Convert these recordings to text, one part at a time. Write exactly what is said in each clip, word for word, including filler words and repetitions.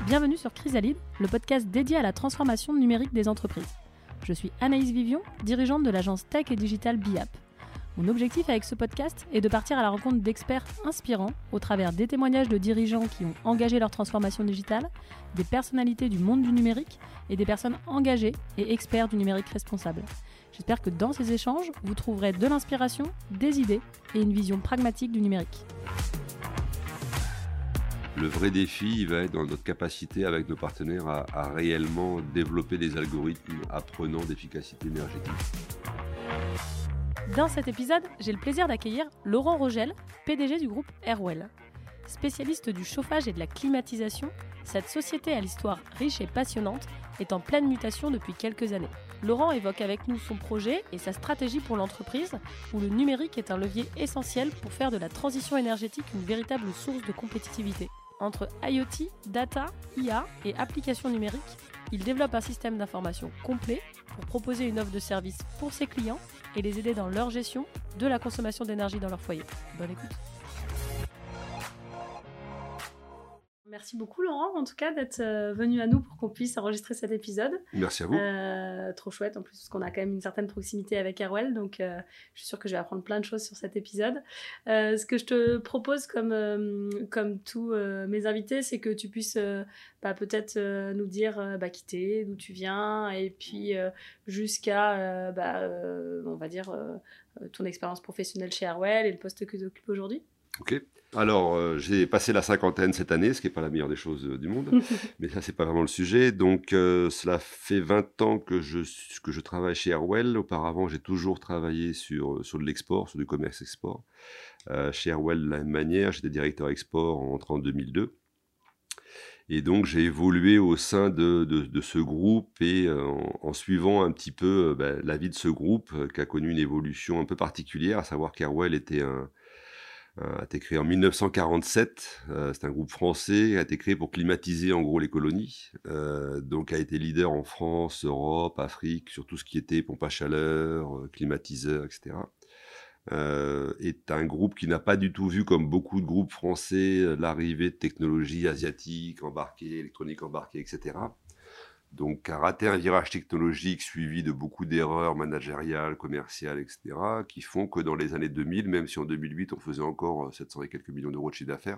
Bienvenue sur Chrysalide, le podcast dédié à la transformation numérique des entreprises. Je suis Anaïs Vivion, dirigeante de l'agence Tech et Digital Biap. Mon objectif avec ce podcast est de partir à la rencontre d'experts inspirants au travers des témoignages de dirigeants qui ont engagé leur transformation digitale, des personnalités du monde du numérique et des personnes engagées et experts du numérique responsable. J'espère que dans ces échanges, vous trouverez de l'inspiration, des idées et une vision pragmatique du numérique. Le vrai défi, il va être dans notre capacité avec nos partenaires à, à réellement développer des algorithmes apprenant d'efficacité énergétique. Dans cet épisode, j'ai le plaisir d'accueillir Laurent Rogel, P D G du groupe Airwell. Spécialiste du chauffage et de la climatisation, cette société à l'histoire riche et passionnante est en pleine mutation depuis quelques années. Laurent évoque avec nous son projet et sa stratégie pour l'entreprise, où le numérique est un levier essentiel pour faire de la transition énergétique une véritable source de compétitivité. Entre IoT, data, I A et applications numériques, il développe un système d'information complet pour proposer une offre de service pour ses clients et les aider dans leur gestion de la consommation d'énergie dans leur foyer. Bonne écoute. Merci beaucoup Laurent, en tout cas, d'être venu à nous pour qu'on puisse enregistrer cet épisode. Merci à vous. Euh, trop chouette, en plus, parce qu'on a quand même une certaine proximité avec Airwell, donc euh, je suis sûre que je vais apprendre plein de choses sur cet épisode. Euh, ce que je te propose, comme, euh, comme tous euh, mes invités, c'est que tu puisses euh, bah, peut-être euh, nous dire euh, bah, qui t'es, d'où tu viens, et puis euh, jusqu'à, euh, bah, euh, on va dire, euh, ton expérience professionnelle chez Airwell et le poste que tu occupes aujourd'hui. Ok. Alors, euh, j'ai passé la cinquantaine cette année, ce qui n'est pas la meilleure des choses euh, du monde, mais ça, c'est pas vraiment le sujet. Donc, euh, cela fait vingt ans que je, que je travaille chez Airwell. Auparavant, j'ai toujours travaillé sur, sur de l'export, sur du commerce export. Euh, chez Airwell, de la même manière, j'étais directeur export en, en deux mille deux. Et donc, j'ai évolué au sein de, de, de ce groupe et euh, en, en suivant un petit peu euh, bah, la vie de ce groupe euh, qui a connu une évolution un peu particulière, à savoir qu'Airwell était un... a été créé en mille neuf cent quarante-sept, euh, c'est un groupe français, a été créé pour climatiser en gros les colonies, euh, donc a été leader en France, Europe, Afrique, sur tout ce qui était pompe à chaleur, euh, climatiseur, et cetera. Euh, est un groupe qui n'a pas du tout vu, comme beaucoup de groupes français, l'arrivée de technologies asiatiques, embarquées, électroniques embarquées, et cetera. Donc, a raté un virage technologique suivi de beaucoup d'erreurs managériales, commerciales, et cetera, qui font que dans les années deux mille, même si en deux mille huit, on faisait encore sept cents et quelques millions d'euros de chiffre d'affaires,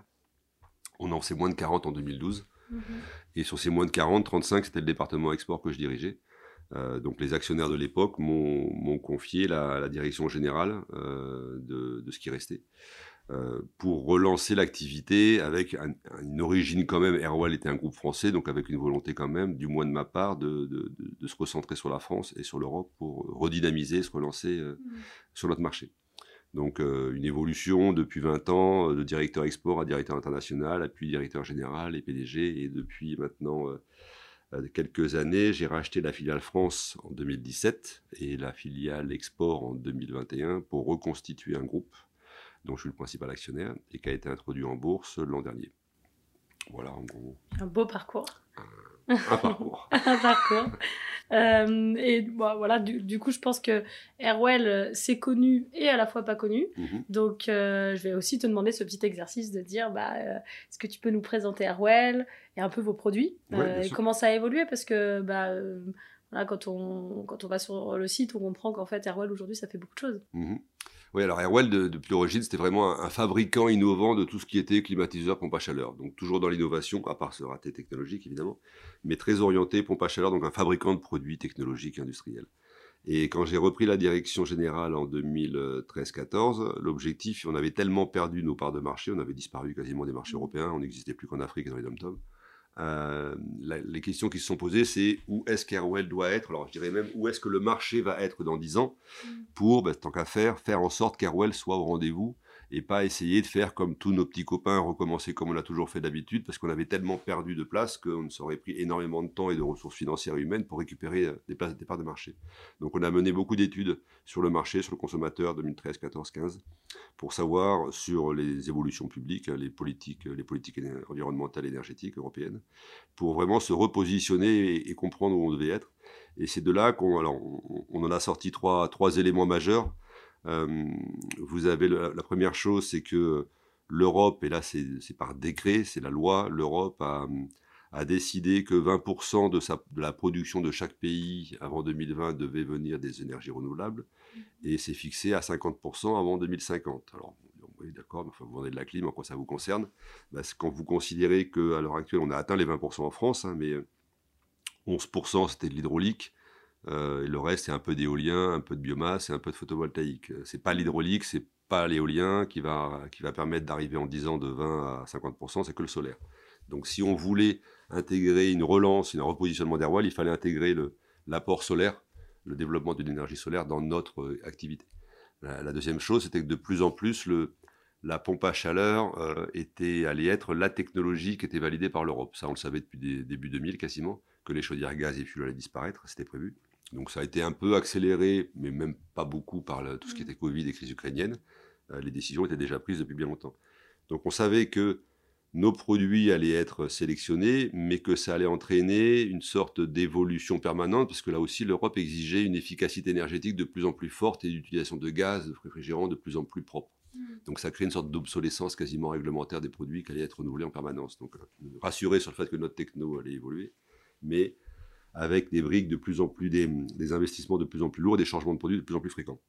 on en faisait moins de quarante en deux mille douze. Mmh. Et sur ces moins de quarante, trente-cinq, c'était le département export que je dirigeais. Euh, donc, les actionnaires de l'époque m'ont, m'ont confié la, la direction générale euh, de, de ce qui restait. Euh, pour relancer l'activité avec un, une origine quand même. Airwell était un groupe français, donc avec une volonté quand même, du moins de ma part, de, de, de, de se recentrer sur la France et sur l'Europe pour redynamiser, se relancer euh, mmh. sur notre marché. Donc euh, une évolution depuis vingt ans, de directeur export à directeur international, puis directeur général et P D G, et depuis maintenant euh, quelques années, j'ai racheté la filiale France en deux mille dix-sept et la filiale export en deux mille vingt et un pour reconstituer un groupe dont je suis le principal actionnaire, et qui a été introduit en bourse l'an dernier. Voilà, en gros. Un beau parcours. Un, un parcours. un parcours. Euh, et bon, voilà, du, du coup, je pense que Airwell, c'est connu et à la fois pas connu. Mm-hmm. Donc, euh, je vais aussi te demander ce petit exercice de dire, bah, euh, est-ce que tu peux nous présenter Airwell et un peu vos produits, ouais, euh, et comment ça a évolué, parce que bah, euh, voilà, quand, on, quand on va sur le site, on comprend qu'en fait, Airwell, aujourd'hui, ça fait beaucoup de choses. Mm-hmm. Oui, alors Airwell, de, depuis l'origine, c'était vraiment un, un fabricant innovant de tout ce qui était climatiseur, pompe à chaleur. Donc toujours dans l'innovation, à part ce raté technologique évidemment, mais très orienté pompe à chaleur, donc un fabricant de produits technologiques industriels. Et quand j'ai repris la direction générale en deux mille treize quatorze, l'objectif, on avait tellement perdu nos parts de marché, on avait disparu quasiment des marchés européens, on n'existait plus qu'en Afrique et dans les dom-toms. Euh, la, les questions qui se sont posées, c'est où est-ce qu'Airwell doit être, alors je dirais même où est-ce que le marché va être dans dix ans, pour, ben, tant qu'à faire, faire en sorte qu'Airwell soit au rendez-vous et pas essayer de faire comme tous nos petits copains, recommencer comme on l'a toujours fait d'habitude, parce qu'on avait tellement perdu de place qu'on se serait pris énormément de temps et de ressources financières et humaines pour récupérer des places, des parts de marché. Donc on a mené beaucoup d'études sur le marché, sur le consommateur deux mille treize, quatorze, quinze, pour savoir sur les évolutions publiques, les politiques, les politiques environnementales et énergétiques européennes, pour vraiment se repositionner et, et comprendre où on devait être. Et c'est de là qu'on alors, on, on en a sorti trois, trois éléments majeurs. Euh, vous avez le, la première chose, c'est que l'Europe, et là c'est, c'est par décret, c'est la loi, l'Europe a, a décidé que vingt pour cent de, sa, de la production de chaque pays avant deux mille vingt devait venir des énergies renouvelables et s'est fixé à cinquante pour cent avant deux mille cinquante. Alors, oui, d'accord, mais enfin, vous vendez de la clim, en quoi ça vous concerne? Bah, quand vous considérez qu'à l'heure actuelle, on a atteint les vingt pour cent en France, hein, mais onze pour cent c'était de l'hydraulique, euh, et le reste c'est un peu d'éolien, un peu de biomasse et un peu de photovoltaïque. C'est pas l'hydraulique, c'est pas l'éolien qui va, qui va permettre d'arriver en dix ans de vingt à cinquante pour cent, c'est que le solaire. Donc si on voulait intégrer une relance, un repositionnement d'Airwell, il fallait intégrer le, l'apport solaire, le développement de l'énergie solaire dans notre euh, activité. La, la deuxième chose, c'était que de plus en plus, le, la pompe à chaleur euh, était, allait être la technologie qui était validée par l'Europe. Ça, on le savait depuis des, début deux mille quasiment, que les chaudières gaz et fuel allaient disparaître, c'était prévu. Donc ça a été un peu accéléré, mais même pas beaucoup par le, tout ce qui était Covid et crise ukrainienne. Euh, les décisions étaient déjà prises depuis bien longtemps. Donc on savait que nos produits allaient être sélectionnés, mais que ça allait entraîner une sorte d'évolution permanente, parce que là aussi, l'Europe exigeait une efficacité énergétique de plus en plus forte et l'utilisation de gaz, de réfrigérants de plus en plus propres. Mmh. Donc ça crée une sorte d'obsolescence quasiment réglementaire des produits qui allaient être renouvelés en permanence. Donc rassurer sur le fait que notre techno allait évoluer, mais avec des briques de plus en plus, des, des investissements de plus en plus lourds, des changements de produits de plus en plus fréquents.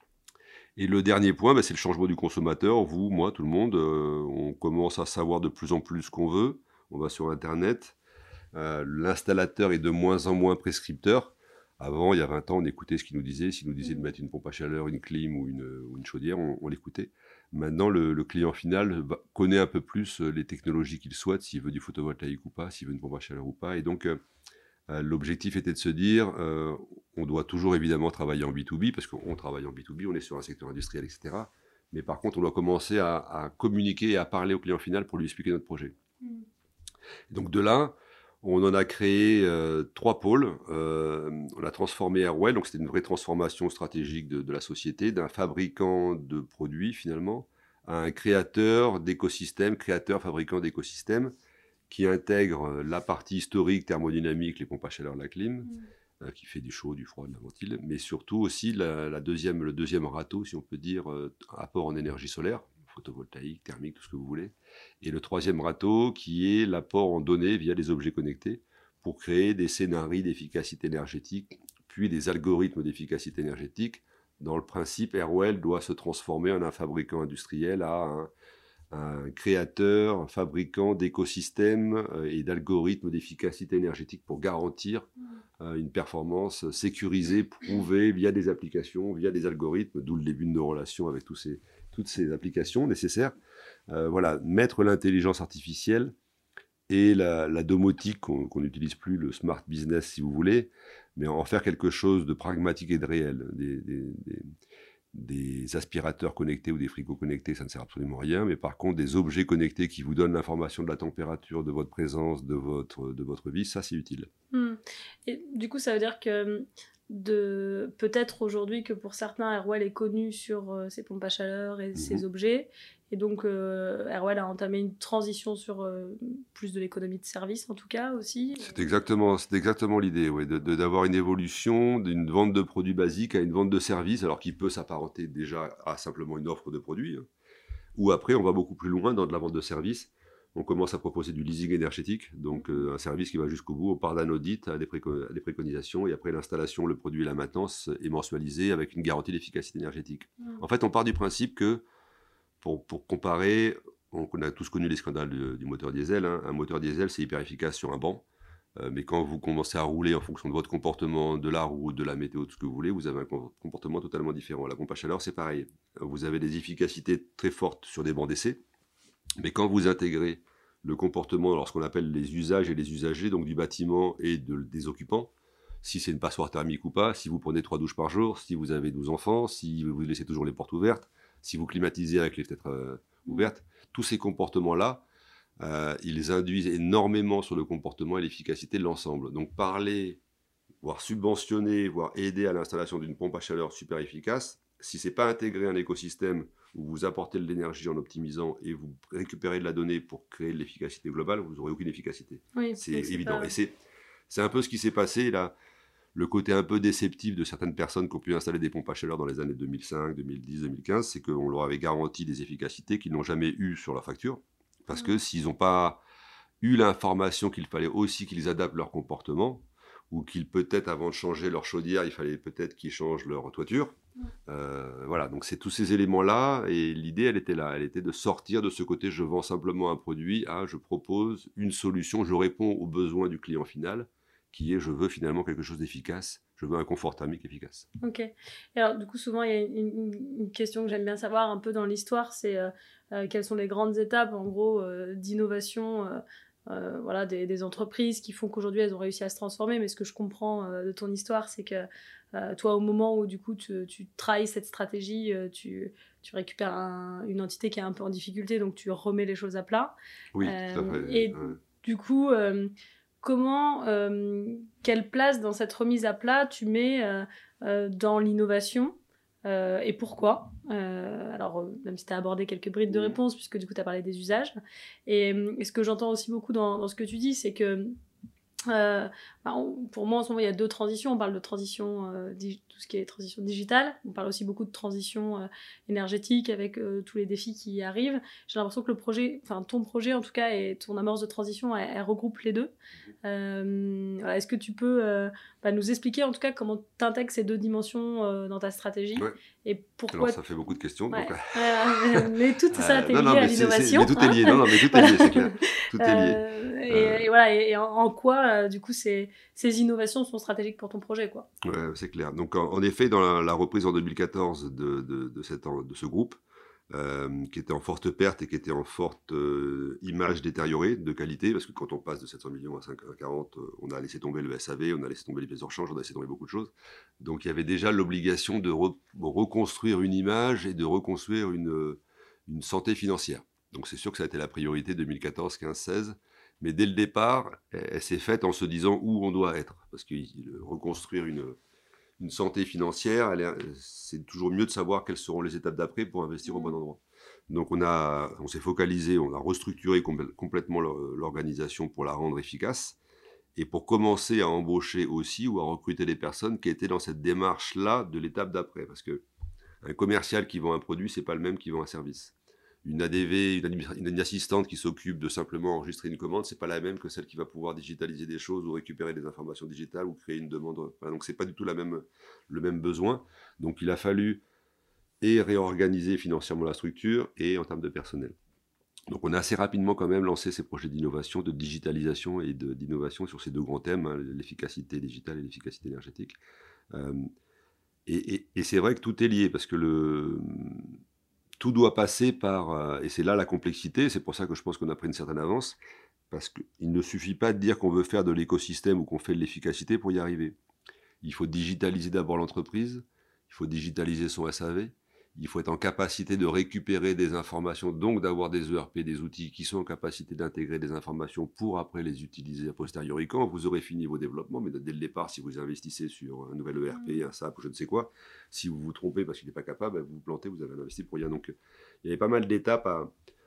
Et le dernier point, bah, c'est le changement du consommateur. Vous, moi, tout le monde, euh, on commence à savoir de plus en plus ce qu'on veut. On va sur Internet. Euh, l'installateur est de moins en moins prescripteur. Avant, il y a vingt ans, on écoutait ce qu'il nous disait. S'il nous disait de mettre une pompe à chaleur, une clim ou une, ou une chaudière, on, on l'écoutait. Maintenant, le, le client final va, connaît un peu plus les technologies qu'il souhaite, s'il veut du photovoltaïque ou pas, s'il veut une pompe à chaleur ou pas. Et donc, euh, Euh, l'objectif était de se dire, euh, on doit toujours évidemment travailler en B deux B, parce qu'on travaille en B deux B, on est sur un secteur industriel, et cetera. Mais par contre, on doit commencer à, à communiquer et à parler au client final pour lui expliquer notre projet. Mmh. Donc de là, on en a créé euh, trois pôles. Euh, on a transformé Airwell, donc c'était une vraie transformation stratégique de, de la société, d'un fabricant de produits finalement, à un créateur d'écosystèmes, créateur, fabricant d'écosystèmes, qui intègre la partie historique, thermodynamique, les pompes à chaleur, la clim, mmh. euh, qui fait du chaud, du froid, de la ventile, mais surtout aussi la, la deuxième, le deuxième râteau, si on peut dire, euh, apport en énergie solaire, photovoltaïque, thermique, tout ce que vous voulez. Et le troisième râteau, qui est l'apport en données via les objets connectés, pour créer des scénarios d'efficacité énergétique, puis des algorithmes d'efficacité énergétique. Dans le principe, Airwell doit se transformer en un fabricant industriel à un un créateur, un fabricant d'écosystèmes et d'algorithmes d'efficacité énergétique pour garantir euh, une performance sécurisée, prouvée via des applications, via des algorithmes, d'où le début de nos relations avec tous ces, toutes ces applications nécessaires. Euh, voilà, mettre l'intelligence artificielle et la, la domotique, qu'on qu'on n'utilise plus, le smart business si vous voulez, mais en faire quelque chose de pragmatique et de réel. Des, des, des, des aspirateurs connectés ou des frigos connectés, ça ne sert absolument à rien, mais par contre des objets connectés qui vous donnent l'information de la température, de votre présence, de votre, de votre vie, ça c'est utile. Mmh. Et du coup ça veut dire que de... peut-être aujourd'hui que pour certains Airwell est connu sur euh, ses pompes à chaleur et mmh. ses objets, et donc euh, Airwell a entamé une transition sur euh, plus de l'économie de service en tout cas aussi. C'est exactement, c'est exactement l'idée, ouais, de, de, d'avoir une évolution d'une vente de produits basiques à une vente de services, alors qui peut s'apparenter déjà à simplement une offre de produits, hein. Ou après on va beaucoup plus loin dans de la vente de services. On commence à proposer du leasing énergétique, donc euh, un service qui va jusqu'au bout, on part d'un audit à des, préco- à des préconisations, et après l'installation, le produit et la maintenance est mensualisé avec une garantie d'efficacité énergétique. Mmh. En fait, on part du principe que, pour, pour comparer, on, on a tous connu les scandales du, du moteur diesel, hein. Un moteur diesel, c'est hyper efficace sur un banc, euh, mais quand vous commencez à rouler en fonction de votre comportement, de la route, de la météo, de ce que vous voulez, vous avez un comportement totalement différent. La pompe à chaleur, c'est pareil. Vous avez des efficacités très fortes sur des bancs d'essai, mais quand vous intégrez le comportement, alors ce qu'on appelle les usages et les usagers, donc du bâtiment et de, des occupants, si c'est une passoire thermique ou pas, si vous prenez trois douches par jour, si vous avez douze enfants, si vous laissez toujours les portes ouvertes, si vous climatisez avec les fenêtres euh, ouvertes, tous ces comportements-là, euh, ils induisent énormément sur le comportement et l'efficacité de l'ensemble. Donc parler, voire subventionner, voire aider à l'installation d'une pompe à chaleur super efficace, si ce n'est pas intégré à un écosystème où vous apportez de l'énergie en optimisant et vous récupérez de la donnée pour créer de l'efficacité globale, vous n'aurez aucune efficacité. Oui, c'est évident. Pas... Et c'est, c'est un peu ce qui s'est passé là. Le côté un peu déceptif de certaines personnes qui ont pu installer des pompes à chaleur dans les années deux mille cinq, deux mille dix, deux mille quinze, c'est qu'on leur avait garanti des efficacités qu'ils n'ont jamais eues sur leur facture. Parce mmh. que s'ils n'ont pas eu l'information qu'il fallait aussi qu'ils adaptent leur comportement, ou qu'ils peut-être, avant de changer leur chaudière, il fallait peut-être qu'ils changent leur toiture. Euh, voilà, donc c'est tous ces éléments-là, et l'idée, elle était là, elle était de sortir de ce côté, je vends simplement un produit, à je propose une solution, je réponds aux besoins du client final, qui est, je veux finalement quelque chose d'efficace, je veux un confort thermique efficace. Ok. Et alors, du coup, souvent, il y a une, une question que j'aime bien savoir un peu dans l'histoire, c'est euh, euh, quelles sont les grandes étapes, en gros, euh, d'innovation euh, euh, voilà, des, des entreprises qui font qu'aujourd'hui, elles ont réussi à se transformer. Mais ce que je comprends euh, de ton histoire, c'est que euh, toi, au moment où, du coup, tu, tu trahis cette stratégie, euh, tu, tu récupères un, une entité qui est un peu en difficulté, donc tu remets les choses à plat. Oui, Euh, tout à fait. et Ouais. du coup... Euh, Comment, euh, quelle place dans cette remise à plat tu mets euh, euh, dans l'innovation euh, et pourquoi euh, Alors, euh, même si tu as abordé quelques brides de réponse, puisque du coup tu as parlé des usages. Et, et ce que j'entends aussi beaucoup dans, dans ce que tu dis, c'est que euh, bah, on, pour moi en ce moment il y a deux transitions. On parle de transition, euh, di- tout ce qui est transition digitale, on parle aussi beaucoup de transition euh, énergétique avec euh, tous les défis qui y arrivent. J'ai l'impression que le projet, enfin ton projet en tout cas et ton amorce de transition, elle, elle regroupe les deux. Euh, voilà, est-ce que tu peux euh, bah, nous expliquer en tout cas comment tu intègres ces deux dimensions euh, dans ta stratégie Ouais. et pourquoi... Alors ça fait beaucoup de questions. Ouais. Donc, Euh, mais tout ça euh, t'es non, lié non, à mais, c'est, c'est, l'innovation, mais tout hein. est lié. Non, non, mais tout est Voilà. lié, c'est clair. Tout est lié. Euh, et, Euh, et voilà, et, et en, en quoi, euh, du coup, ces, ces innovations sont stratégiques pour ton projet, quoi. ouais, c'est clair. Donc, en, en effet, dans la, la reprise en deux mille quatorze de, de, de, cette, de ce groupe, euh, qui était en forte perte et qui était en forte euh, image détériorée de qualité, parce que quand on passe de sept cents millions à cinq cent quarante, euh, on a laissé tomber le S A V, on a laissé tomber les pièces de rechange, on a laissé tomber beaucoup de choses. Donc, il y avait déjà l'obligation de re, reconstruire une image et de reconstruire une, une santé financière. Donc, c'est sûr que ça a été la priorité deux mille quatorze, quinze, seize. Mais dès le départ, elle, elle s'est faite en se disant où on doit être. Parce que reconstruire une, une santé financière, elle est, c'est toujours mieux de savoir quelles seront les étapes d'après pour investir au bon endroit. Donc on, a, on s'est focalisé, on a restructuré compl- complètement l'organisation pour la rendre efficace et pour commencer à embaucher aussi ou à recruter des personnes qui étaient dans cette démarche-là de l'étape d'après. Parce que un commercial qui vend un produit, c'est pas le même qui vend un service. Une A D V, une, une, une assistante qui s'occupe de simplement enregistrer une commande, c'est pas la même que celle qui va pouvoir digitaliser des choses ou récupérer des informations digitales ou créer une demande. Enfin, donc c'est pas du tout la même, le même besoin. Donc il a fallu et réorganiser financièrement la structure et en termes de personnel. Donc on a assez rapidement quand même lancé ces projets d'innovation, de digitalisation et de, d'innovation sur ces deux grands thèmes, hein, l'efficacité digitale et l'efficacité énergétique. Euh, et, et, et c'est vrai que tout est lié parce que le tout doit passer par, euh, et c'est là la complexité, c'est pour ça que je pense qu'on a pris une certaine avance, parce qu'il ne suffit pas de dire qu'on veut faire de l'écosystème ou qu'on fait de l'efficacité pour y arriver. Il faut digitaliser d'abord l'entreprise, il faut digitaliser son S A V, il faut être en capacité de récupérer des informations, donc d'avoir des E R P, des outils qui sont en capacité d'intégrer des informations pour après les utiliser a posteriori quand vous aurez fini vos développements. Mais dès le départ, si vous investissez sur un nouvel E R P, un S A P ou je ne sais quoi, si vous vous trompez parce qu'il n'est pas capable, vous vous plantez, vous avez investi pour rien. Donc il y avait pas mal d'étapes à,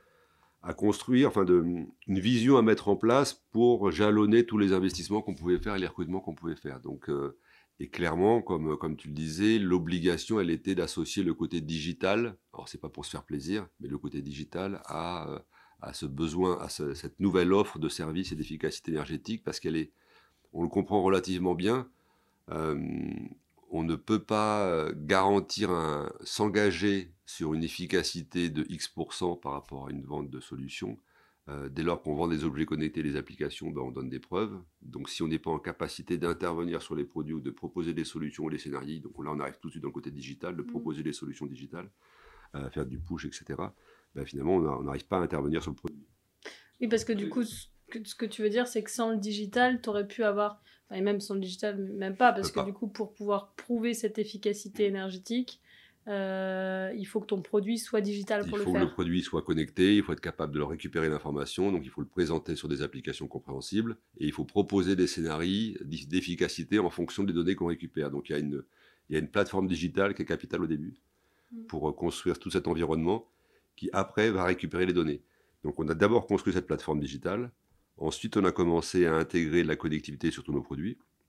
à construire, enfin de, une vision à mettre en place pour jalonner tous les investissements qu'on pouvait faire et les recrutements qu'on pouvait faire. Donc euh, Et clairement, comme, comme tu le disais, l'obligation, elle était d'associer le côté digital, alors c'est pas pour se faire plaisir, mais le côté digital à, à ce besoin, à ce, cette nouvelle offre de services et d'efficacité énergétique, parce qu'elle est, on le comprend relativement bien, euh, on ne peut pas garantir, un, s'engager sur une efficacité de X pour cent par rapport à une vente de solutions. Euh, dès lors qu'on vend des objets connectés, des applications, ben on donne des preuves. Donc si on n'est pas en capacité d'intervenir sur les produits ou de proposer des solutions ou des scénarios, donc là on arrive tout de suite dans le côté digital, de proposer des solutions digitales, euh, faire du push, et cetera, ben finalement on n'arrive pas à intervenir sur le produit. Oui, parce que du coup, ce que, ce que tu veux dire, c'est que sans le digital, tu aurais pu avoir, enfin, et même sans le digital, même pas, parce que pas. du coup, pour pouvoir prouver cette efficacité énergétique, Euh, il faut que ton produit soit digital pour il le faire. Il faut que le produit soit connecté, il faut être capable de le récupérer l'information, donc il faut le présenter sur des applications compréhensibles, et il faut proposer des scénarios d'efficacité en fonction des données qu'on récupère. Donc il y a une, il y a une plateforme digitale qui est capitale au début, mmh. pour construire tout cet environnement, qui après va récupérer les données. Donc on a d'abord construit cette plateforme digitale, ensuite on a commencé à intégrer la connectivité sur tous nos produits.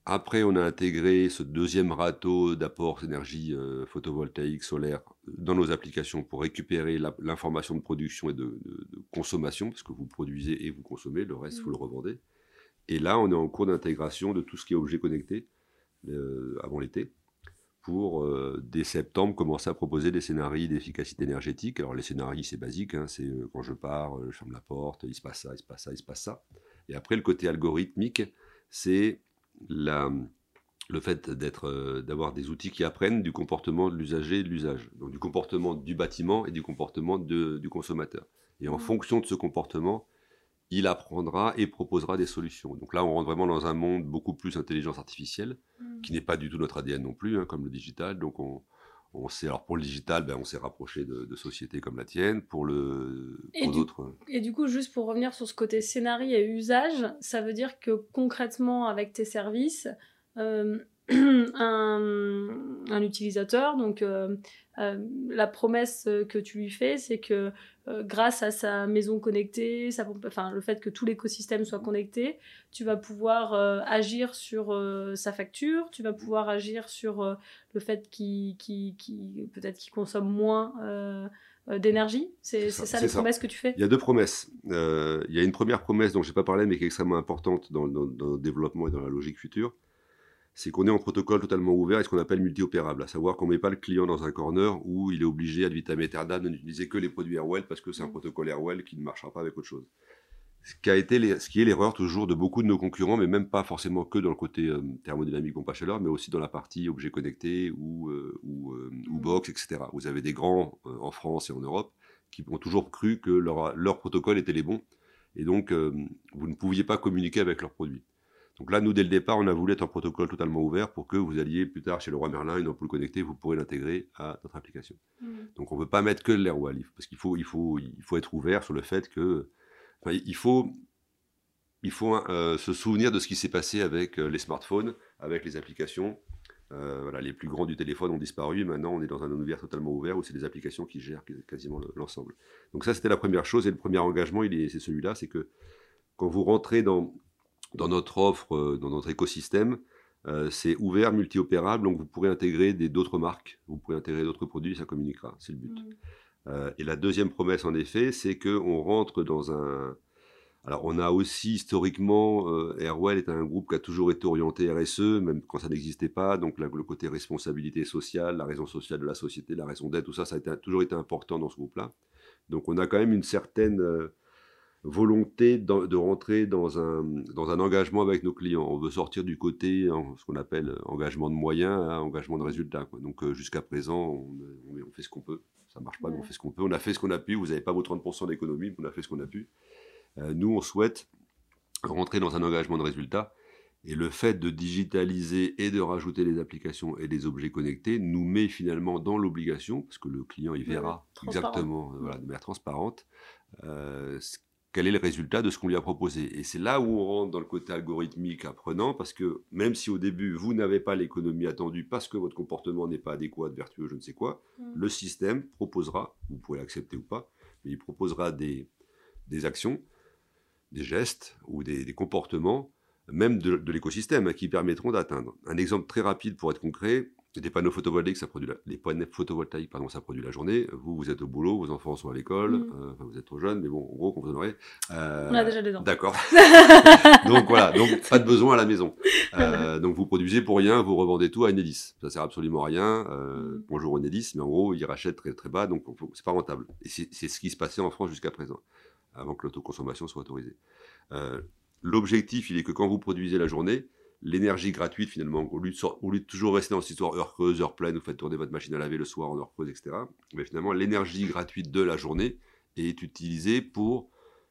Après, on a intégré ce deuxième râteau d'apport d'énergie euh, photovoltaïque, solaire, dans nos applications pour récupérer la- l'information de production et de, de- de consommation, parce que vous produisez et vous consommez, le reste, vous le revendez. Et là, on est en cours d'intégration de tout ce qui est objet connecté euh, avant l'été, pour, euh, dès septembre, commencer à proposer des scénarios d'efficacité énergétique. Alors, les scénarios, c'est basique, hein, c'est euh, quand je pars, euh, je ferme la porte, il se passe ça, il se passe ça, il se passe ça. Et après, le côté algorithmique, c'est la, le fait d'être, euh, d'avoir des outils qui apprennent du comportement de l'usager et de l'usage. Donc, du comportement du bâtiment et du comportement de, du consommateur. Et en Mmh. fonction de ce comportement, il apprendra et proposera des solutions. Donc là, on rentre vraiment dans un monde beaucoup plus intelligence artificielle, Mmh. qui n'est pas du tout notre A D N non plus, hein, comme le digital. Donc on, on s'est, alors pour le digital, ben, on s'est rapproché de, de sociétés comme la tienne. Pour le, Et pour du, d'autres, et du coup, juste pour revenir sur ce côté scénario et usage, ça veut dire que concrètement, avec tes services, euh, un, un utilisateur, donc euh, euh, la promesse que tu lui fais, c'est que euh, grâce à sa maison connectée, sa pompe- enfin, le fait que tout l'écosystème soit connecté, tu vas pouvoir euh, agir sur euh, sa facture, tu vas pouvoir agir sur euh, le fait qu'il, qu'il, qu'il- peut-être qu'il consomme moins euh, euh, d'énergie. C'est, c'est c'est ça. ça C'est les ça. promesses que tu fais? Il y a deux promesses. Euh, il y a une première promesse dont je n'ai pas parlé, mais qui est extrêmement importante dans, dans, dans le développement et dans la logique future. C'est qu'on est en protocole totalement ouvert et ce qu'on appelle multi-opérable, à savoir qu'on ne met pas le client dans un corner où il est obligé, ad vitam aeternam, de n'utiliser que les produits Airwell parce que c'est un Mm. protocole Airwell qui ne marchera pas avec autre chose. Ce qui, a été les- ce qui est l'erreur toujours de beaucoup de nos concurrents, mais même pas forcément que dans le côté euh, thermodynamique, pompe à chaleur, mais aussi dans la partie objets connectés ou, euh, ou, euh, ou Mm. box, et cetera. Vous avez des grands euh, en France et en Europe qui ont toujours cru que leur, leur protocole était les bons, et donc euh, vous ne pouviez pas communiquer avec leurs produits. Donc là, nous, dès le départ, on a voulu être un protocole totalement ouvert pour que vous alliez plus tard chez Leroy Merlin, une ampoule connectée, vous pourrez l'intégrer à notre application. Mm. Donc on ne veut pas mettre que de l'Airwell, parce qu'il faut, il faut, il faut être ouvert sur le fait que... Enfin, il faut, il faut euh, se souvenir de ce qui s'est passé avec euh, les smartphones, avec les applications. Euh, voilà, les plus grands du téléphone ont disparu. Maintenant, on est dans un univers totalement ouvert où c'est des applications qui gèrent quasiment l'ensemble. Donc ça, c'était la première chose. Et le premier engagement, il est, c'est celui-là, c'est que quand vous rentrez dans dans notre offre, euh, dans notre écosystème, euh, c'est ouvert, multi-opérable, donc vous pourrez intégrer des, d'autres marques, vous pourrez intégrer d'autres produits, ça communiquera, c'est le but. Mm. Euh, et la deuxième promesse, en effet, c'est qu'on rentre dans un... Alors, on a aussi, historiquement, euh, Airwell est un groupe qui a toujours été orienté R S E, même quand ça n'existait pas, donc là, le côté responsabilité sociale, la raison sociale de la société, la raison d'être, tout ça, ça a été, toujours été important dans ce groupe-là. Donc, on a quand même une certaine... Euh, volonté de, de rentrer dans un, dans un engagement avec nos clients. On veut sortir du côté, hein, ce qu'on appelle engagement de moyens à engagement de résultats, quoi. Donc euh, jusqu'à présent, on, on, on fait ce qu'on peut. Ça ne marche pas, Ouais. mais on fait ce qu'on peut. On a fait ce qu'on a pu. Vous n'avez pas vos trente pour cent d'économie, mais on a fait ce qu'on a pu. Euh, nous, on souhaite rentrer dans un engagement de résultats. Et le fait de digitaliser et de rajouter des applications et des objets connectés nous met finalement dans l'obligation, parce que le client, il verra Ouais, exactement, euh, voilà, de manière transparente, euh, quel est le résultat de ce qu'on lui a proposé. Et c'est là où on rentre dans le côté algorithmique apprenant, parce que même si au début, vous n'avez pas l'économie attendue parce que votre comportement n'est pas adéquat, vertueux, je ne sais quoi, Mm. le système proposera, vous pouvez l'accepter ou pas, mais il proposera des, des actions, des gestes ou des, des comportements, même de, de l'écosystème, hein, qui permettront d'atteindre. Un exemple très rapide pour être concret, des panneaux photovoltaïques, ça produit la, les panneaux photovoltaïques, pardon, ça produit la journée. Vous, vous êtes au boulot, vos enfants sont à l'école, Mm. euh, enfin, vous êtes trop jeune, mais bon, en gros, quand vous en aurez... Euh, On a déjà des dents. D'accord. Donc voilà, donc pas de besoin à la maison. Euh, donc vous produisez pour rien, vous revendez tout à Enedis. Ça sert absolument à rien. Euh, Mm. Bonjour Enedis, mais en gros, ils rachètent très très bas, donc c'est pas rentable. Et c'est c'est ce qui se passait en France jusqu'à présent, avant que l'autoconsommation soit autorisée. Euh, L'objectif, il est que quand vous produisez la journée, l'énergie gratuite, finalement, au lieu, de, au lieu de toujours rester dans cette histoire heure creuse, heure pleine, vous faites tourner votre machine à laver le soir en heure creuse, et cetera. Mais finalement, l'énergie gratuite de la journée est utilisée pour,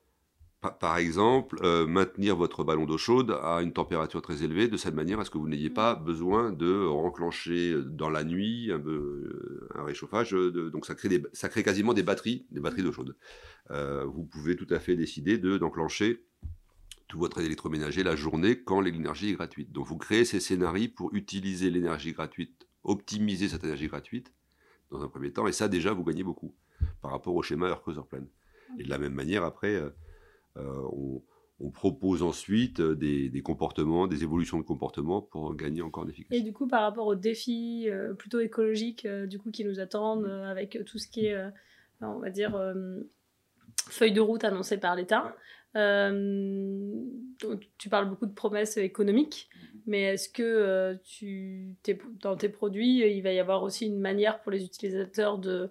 par, par exemple, euh, maintenir votre ballon d'eau chaude à une température très élevée, de cette manière à ce que vous n'ayez pas besoin de renclencher dans la nuit un, euh, un réchauffage. De, donc ça crée, des, ça crée quasiment des batteries, des batteries d'eau chaude. Euh, vous pouvez tout à fait décider de, d'enclencher tout votre électroménager la journée quand l'énergie est gratuite. Donc vous créez ces scénarios pour utiliser l'énergie gratuite, optimiser cette énergie gratuite dans un premier temps, et ça déjà vous gagnez beaucoup par rapport au schéma heure creuse heure pleine. Et de la même manière après, euh, on, on propose ensuite des, des comportements, des évolutions de comportement pour gagner encore en efficacité. Et du coup, par rapport aux défis euh, plutôt écologiques euh, du coup, qui nous attendent, euh, avec tout ce qui est, euh, on va dire, euh, feuille de route annoncée par l'État, euh, donc, tu parles beaucoup de promesses économiques, mais est-ce que euh, tu, t'es, dans tes produits, il va y avoir aussi une manière pour les utilisateurs de,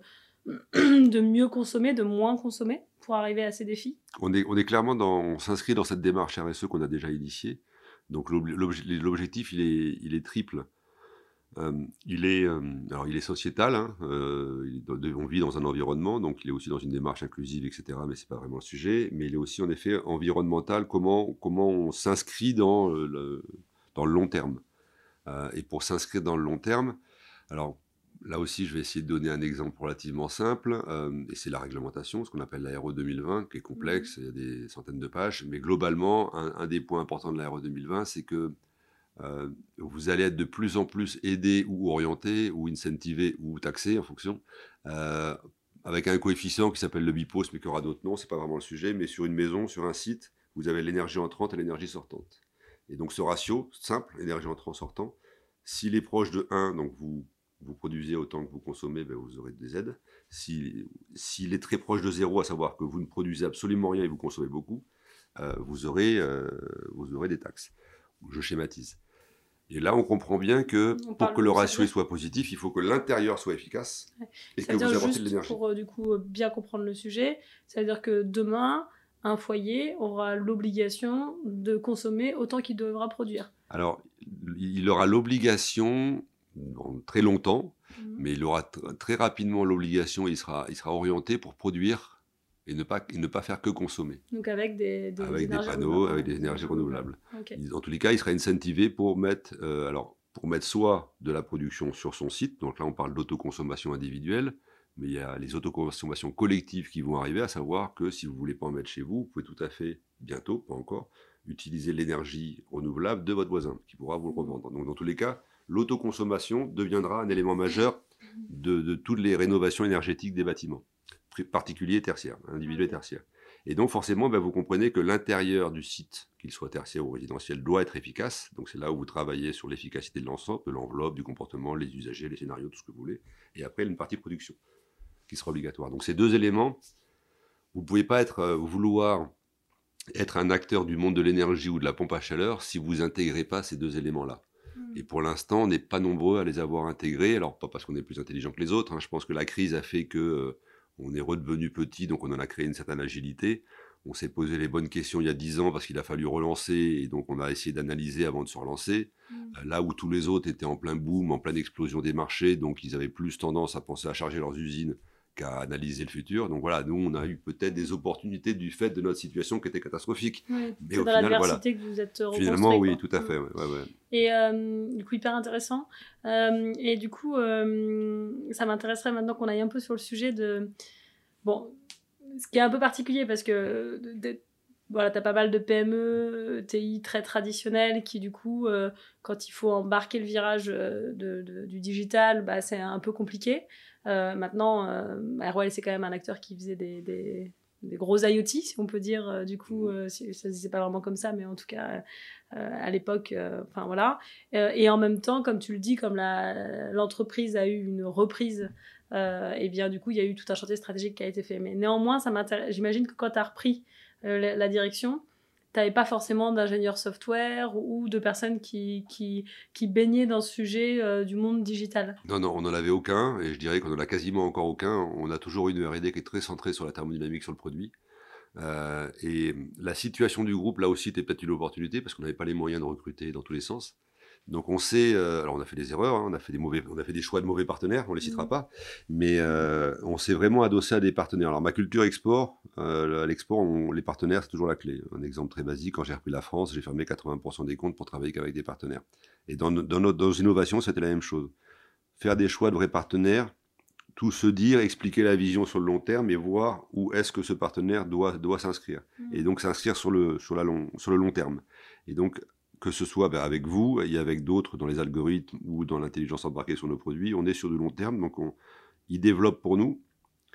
de mieux consommer, de moins consommer pour arriver à ces défis? On est, on est clairement dans, on s'inscrit dans cette démarche R S E qu'on a déjà initiée. Donc l'obje- l'obje- l'objectif, il est, il est triple. Euh, il est, euh, alors il est sociétal. Hein, euh, il est- on vit dans un environnement, donc il est aussi dans une démarche inclusive, et cetera. Mais c'est pas vraiment le sujet. Mais il est aussi en effet environnemental. Comment, comment on s'inscrit dans euh, le, dans le long terme. Euh, et pour s'inscrire dans le long terme, alors là aussi, je vais essayer de donner un exemple relativement simple, euh, et c'est la réglementation, ce qu'on appelle la R E deux mille vingt, qui est complexe, il y a des centaines de pages, mais globalement, un, un des points importants de la R E deux mille vingt, c'est que euh, vous allez être de plus en plus aidé ou orienté, ou incentivé, ou taxé, en fonction, euh, avec un coefficient qui s'appelle le BIPOS, mais qui aura d'autres noms, c'est pas vraiment le sujet, mais sur une maison, sur un site, vous avez l'énergie entrante et l'énergie sortante. Et donc ce ratio, simple, énergie entrant-sortant, s'il est proche de un, donc vous, vous produisez autant que vous consommez, ben vous aurez des aides. S'il s'il est très proche de zéro, à savoir que vous ne produisez absolument rien et vous consommez beaucoup, euh, vous, aurez, euh, vous aurez des taxes. Je schématise. Et là, on comprend bien que On pour parle, que le ça veut ratio dire- soit positif, il faut que l'intérieur soit efficace et Ça que veut dire vous apportez de juste l'énergie. pour euh, du coup euh, bien comprendre le sujet, ça veut dire que demain, un foyer aura l'obligation de consommer autant qu'il devra produire. Alors, il aura l'obligation, dans très longtemps, Mhm. mais il aura tr- très rapidement l'obligation, il sera, il sera orienté pour produire et ne pas, et ne pas faire que consommer. Donc avec des, des Avec des énergies panneaux, renouvelables, avec ouais, des énergies renouvelables. Ok. Il- En tous les cas, il sera incentivé pour mettre, euh, alors, pour mettre soit de la production sur son site, donc là on parle d'autoconsommation individuelle, mais il y a les autoconsommations collectives qui vont arriver, à savoir que si vous ne voulez pas en mettre chez vous, vous pouvez tout à fait, bientôt, pas encore, utiliser l'énergie renouvelable de votre voisin, qui pourra vous le revendre. Donc dans tous les cas, l'autoconsommation deviendra un élément majeur de, de toutes les rénovations énergétiques des bâtiments, particuliers et tertiaires, individuels et tertiaires. Et donc forcément, ben, vous comprenez que l'intérieur du site, qu'il soit tertiaire ou résidentiel, doit être efficace. Donc c'est là où vous travaillez sur l'efficacité de l'ensemble, de l'enveloppe, du comportement, les usagers, les scénarios, tout ce que vous voulez. Et après, une partie production qui sera obligatoire. Donc ces deux éléments, vous ne pouvez pas être, euh, vouloir être un acteur du monde de l'énergie ou de la pompe à chaleur si vous n'intégrez pas ces deux éléments-là. Mm. Et pour l'instant, on n'est pas nombreux à les avoir intégrés. Alors pas parce qu'on est plus intelligent que les autres. Hein. Je pense que la crise a fait que euh, on est redevenu petit, donc on en a créé une certaine agilité. On s'est posé les bonnes questions il y a dix ans parce qu'il a fallu relancer, et donc on a essayé d'analyser avant de se relancer. Mm. Euh, là où tous les autres étaient en plein boom, en pleine explosion des marchés, donc ils avaient plus tendance à penser à charger leurs usines qu'à analyser le futur. Donc voilà, nous, on a eu peut-être des opportunités du fait de notre situation qui était catastrophique. Oui, Mais c'est au dans final, l'adversité que vous êtes reconstruit. Finalement, oui, quoi. tout à Mm. fait. Ouais, ouais, ouais. Et euh, du coup, hyper intéressant. Euh, et du coup, euh, ça m'intéresserait maintenant qu'on aille un peu sur le sujet de... Bon, ce qui est un peu particulier parce que de, de, voilà, t'as pas mal de P M E, T I très traditionnelles qui, du coup, euh, quand il faut embarquer le virage de, de, du digital, bah, c'est un peu compliqué. Euh, maintenant, euh, R O L, c'est quand même un acteur qui faisait des... des des gros I O T, si on peut dire, euh, du coup, euh, ça se disait pas vraiment comme ça, mais en tout cas, euh, à l'époque, enfin euh, voilà. Euh, et en même temps, comme tu le dis, comme la, l'entreprise a eu une reprise, euh, et bien du coup, il y a eu tout un chantier stratégique qui a été fait. Mais néanmoins, ça m'intéresse. J'imagine que quand tu as repris euh, la, la direction, tu n'avais pas forcément d'ingénieurs software ou de personnes qui, qui, qui baignaient dans ce sujet euh, du monde digital. Non, non, on n'en avait aucun, et je dirais qu'on n'en a quasiment encore aucun. On a toujours une R et D qui est très centrée sur la thermodynamique, sur le produit. Euh, et la situation du groupe, là aussi, était peut-être une opportunité, parce qu'on n'avait pas les moyens de recruter dans tous les sens. Donc on sait, euh, alors on a fait des erreurs, hein, on a fait des mauvais, on a fait des choix de mauvais partenaires, on les citera Mmh. pas, mais euh, on s'est vraiment adossé à des partenaires. Alors ma culture export, euh, à l'export, on, les partenaires c'est toujours la clé. Un exemple très basique, quand j'ai repris la France, j'ai fermé quatre-vingts pour cent des comptes pour travailler qu'avec des partenaires. Et dans, dans, notre, dans nos innovations, c'était la même chose. Faire des choix de vrais partenaires, tout se dire, expliquer la vision sur le long terme et voir où est-ce que ce partenaire doit, doit s'inscrire. Mmh. Et donc s'inscrire sur le, sur, la long, sur le long terme. Et donc que ce soit ben, avec vous et avec d'autres dans les algorithmes ou dans l'intelligence embarquée sur nos produits, on est sur du long terme, donc on, ils développent pour nous,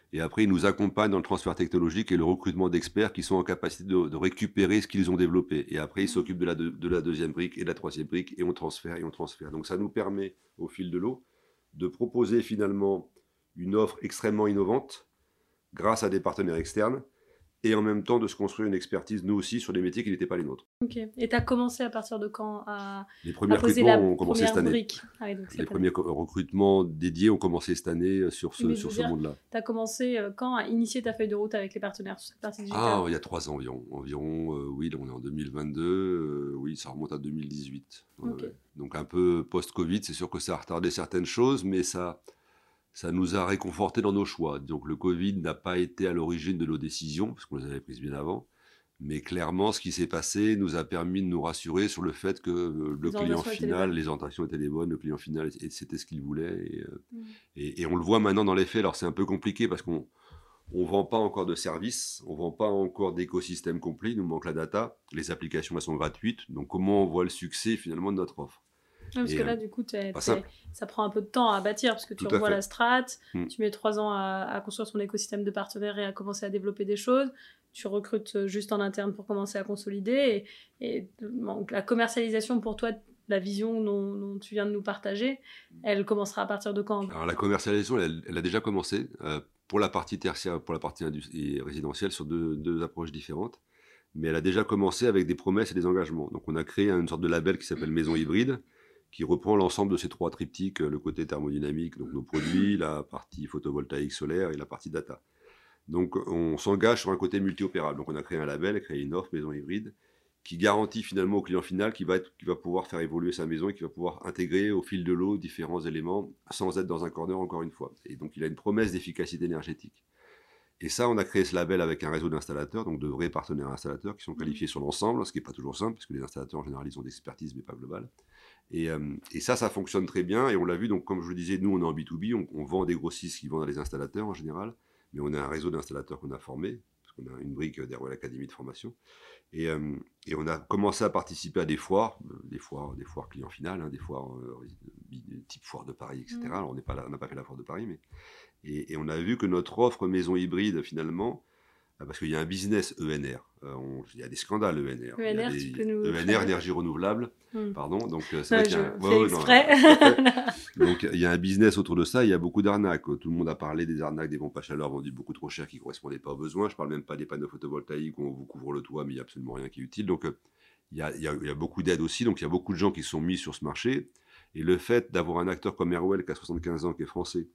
Et après, ils nous accompagnent dans le transfert technologique et le recrutement d'experts qui sont en capacité de, de récupérer ce qu'ils ont développé. Et après, ils s'occupent de la, de, de la deuxième brique et de la troisième brique, et on transfère et on transfère. Donc ça nous permet, au fil de l'eau, de proposer finalement une offre extrêmement innovante grâce à des partenaires externes, et en même temps de se construire une expertise, nous aussi, sur des métiers qui n'étaient pas les nôtres. Ok. Et tu as commencé à partir de quand à, Les premiers à poser recrutements la ont commencé première cette année. brique ah oui, donc Les cette premiers année. co- recrutements dédiés ont commencé cette année sur ce, Mais je sur veux ce dire, monde-là. tu as commencé euh, quand à initier ta feuille de route avec les partenaires sur cette partie digitale? Ah, il y a trois ans environ. Environ, euh, oui, là, on est en deux mille vingt-deux. euh, oui, ça remonte à deux mille dix-huit. Ouais, Ok. ouais. Donc un peu post-Covid, c'est sûr que ça a retardé certaines choses, mais ça, ça nous a réconfortés dans nos choix. Donc le Covid n'a pas été à l'origine de nos décisions, parce qu'on les avait prises bien avant. Mais clairement, ce qui s'est passé nous a permis de nous rassurer sur le fait que euh, le Les client orientations étaient les final, bonnes. les orientations étaient les bonnes, le client final, et c'était ce qu'il voulait. Et, euh, Mm. et, et on le voit maintenant dans les faits. Alors c'est un peu compliqué parce qu'on on ne vend pas encore de services, on ne vend pas encore d'écosystème complet, il nous manque la data, les applications elles sont gratuites, donc comment on voit le succès finalement de notre offre? Ouais, parce Et, que là, euh, du coup, t'es- pas t'es- simple. ça prend un peu de temps à bâtir, parce que tu Tout à revois fait. la strat, Mm. tu mets trois ans à, à construire ton écosystème de partenaires et à commencer à développer des choses, tu recrutes juste en interne pour commencer à consolider, et, et donc, la commercialisation pour toi, la vision dont, dont tu viens de nous partager, elle commencera à partir de quand? Alors la commercialisation, elle, elle a déjà commencé euh, pour la partie tertiaire, pour la partie indus- et résidentielle sur deux, deux approches différentes. Mais elle a déjà commencé avec des promesses et des engagements. Donc on a créé une sorte de label qui s'appelle Maison Hybride, qui reprend l'ensemble de ces trois triptyques, le côté thermodynamique, donc nos produits, la partie photovoltaïque solaire et la partie data. Donc on s'engage sur un côté multi-opérable. Donc on a créé un label, créé une offre Maison Hybride, qui garantit finalement au client final qu'il va, être, qu'il va pouvoir faire évoluer sa maison et qu'il va pouvoir intégrer au fil de l'eau différents éléments sans être dans un corner encore une fois. Et donc il a une promesse d'efficacité énergétique. Et ça, on a créé ce label avec un réseau d'installateurs, donc de vrais partenaires installateurs qui sont qualifiés sur l'ensemble, ce qui n'est pas toujours simple, parce que les installateurs en général, ils ont d'expertise, mais pas globale. Et, euh, et ça, ça fonctionne très bien. Et on l'a vu, donc comme je le disais, nous, on est en B deux B, on, on vend des grossistes qui vendent à des installateurs en général, mais on a un réseau d'installateurs qu'on a formé, parce qu'on a une brique d'Airwell Academy de formation. Et, euh, et on a commencé à participer à des foires, euh, des foires, des foires clients final, hein, des foires euh, type foire de Paris, et cetera. Mmh. Alors on n'est pas là, on n'a pas fait la foire de Paris, mais et, et on a vu que notre offre maison hybride finalement, parce qu'il y a un business E N R, euh, on, il y a des scandales E N R, E N R, il y a tu des, peux nous E N R énergie renouvelable, hmm. pardon. Donc euh, c'est non, vrai qu'il y a, je ouais, fais ouais, exprès. Non, donc il y a un business autour de ça, il y a beaucoup d'arnaques. Tout le monde a parlé des arnaques des pompes à chaleur vendues beaucoup trop chères qui ne correspondaient pas aux besoins. Je ne parle même pas des panneaux photovoltaïques où on vous couvre le toit, mais il n'y a absolument rien qui est utile. Donc euh, il y a, il y a, il y a beaucoup d'aides aussi, donc il y a beaucoup de gens qui se sont mis sur ce marché. Et le fait d'avoir un acteur comme Airwell qui a soixante-quinze ans, qui est français,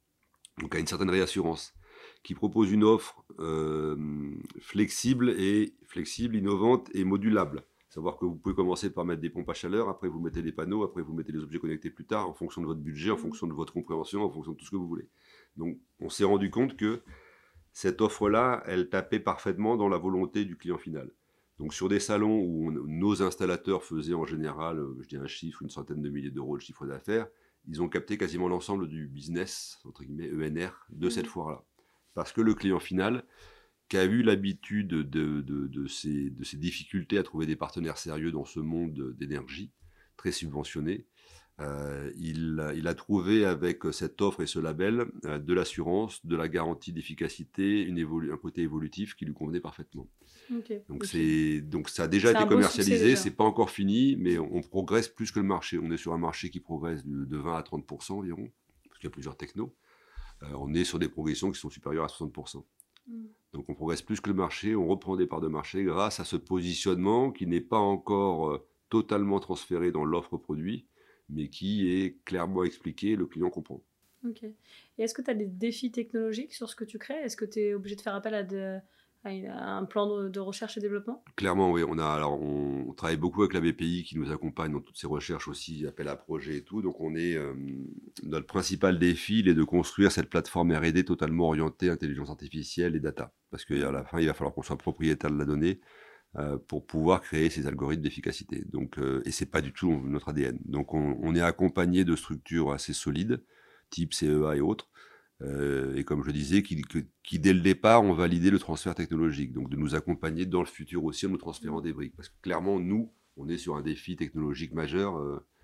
donc a une certaine réassurance, qui propose une offre euh, flexible, et, flexible, innovante et modulable. Savoir que vous pouvez commencer par mettre des pompes à chaleur, après vous mettez des panneaux, après vous mettez des objets connectés plus tard, en fonction de votre budget, en fonction de votre compréhension, en fonction de tout ce que vous voulez. Donc on s'est rendu compte que cette offre-là, elle tapait parfaitement dans la volonté du client final. Donc sur des salons où on, nos installateurs faisaient en général, je dis un chiffre, une centaine de milliers d'euros de chiffre d'affaires, ils ont capté quasiment l'ensemble du business, entre guillemets, E N R, de mmh. cette foire-là. Parce que le client final, qui a eu l'habitude de, de, de, de, ces, de ces difficultés à trouver des partenaires sérieux dans ce monde d'énergie, très subventionné, euh, il, il a trouvé avec cette offre et ce label euh, de l'assurance, de la garantie d'efficacité, une évolu- un côté évolutif qui lui convenait parfaitement. Okay. Donc, okay. C'est, donc ça a déjà c'est été commercialisé, c'est pas encore fini, mais on, on progresse plus que le marché. On est sur un marché qui progresse de, de vingt à trente pour cent environ, parce qu'il y a plusieurs technos. Euh, on est sur des progressions qui sont supérieures à soixante pour cent. Mm. Donc on progresse plus que le marché, on reprend des parts de marché grâce à ce positionnement qui n'est pas encore euh, totalement transféré dans l'offre produit, mais qui est clairement expliqué, le client comprend. Ok. Et est-ce que tu as des défis technologiques sur ce que tu crées ? Est-ce que tu es obligé de faire appel à, de, à un plan de, de recherche et développement ? Clairement, oui. On, a, alors, on, on travaille beaucoup avec la B P I qui nous accompagne dans toutes ces recherches aussi, appel à projet et tout. Donc on est, euh, notre principal défi, il est de construire cette plateforme R et D totalement orientée intelligence artificielle et data. Parce qu'à la fin, il va falloir qu'on soit propriétaire de la donnée euh, pour pouvoir créer ces algorithmes d'efficacité. Donc, euh, et ce n'est pas du tout notre A D N. Donc on, on est accompagné de structures assez solides, type C E A et autres, euh, et comme je le disais, qui, qui, qui dès le départ ont validé le transfert technologique, donc de nous accompagner dans le futur aussi en nous transférant des briques. Parce que clairement, nous, on est sur un défi technologique majeur, euh,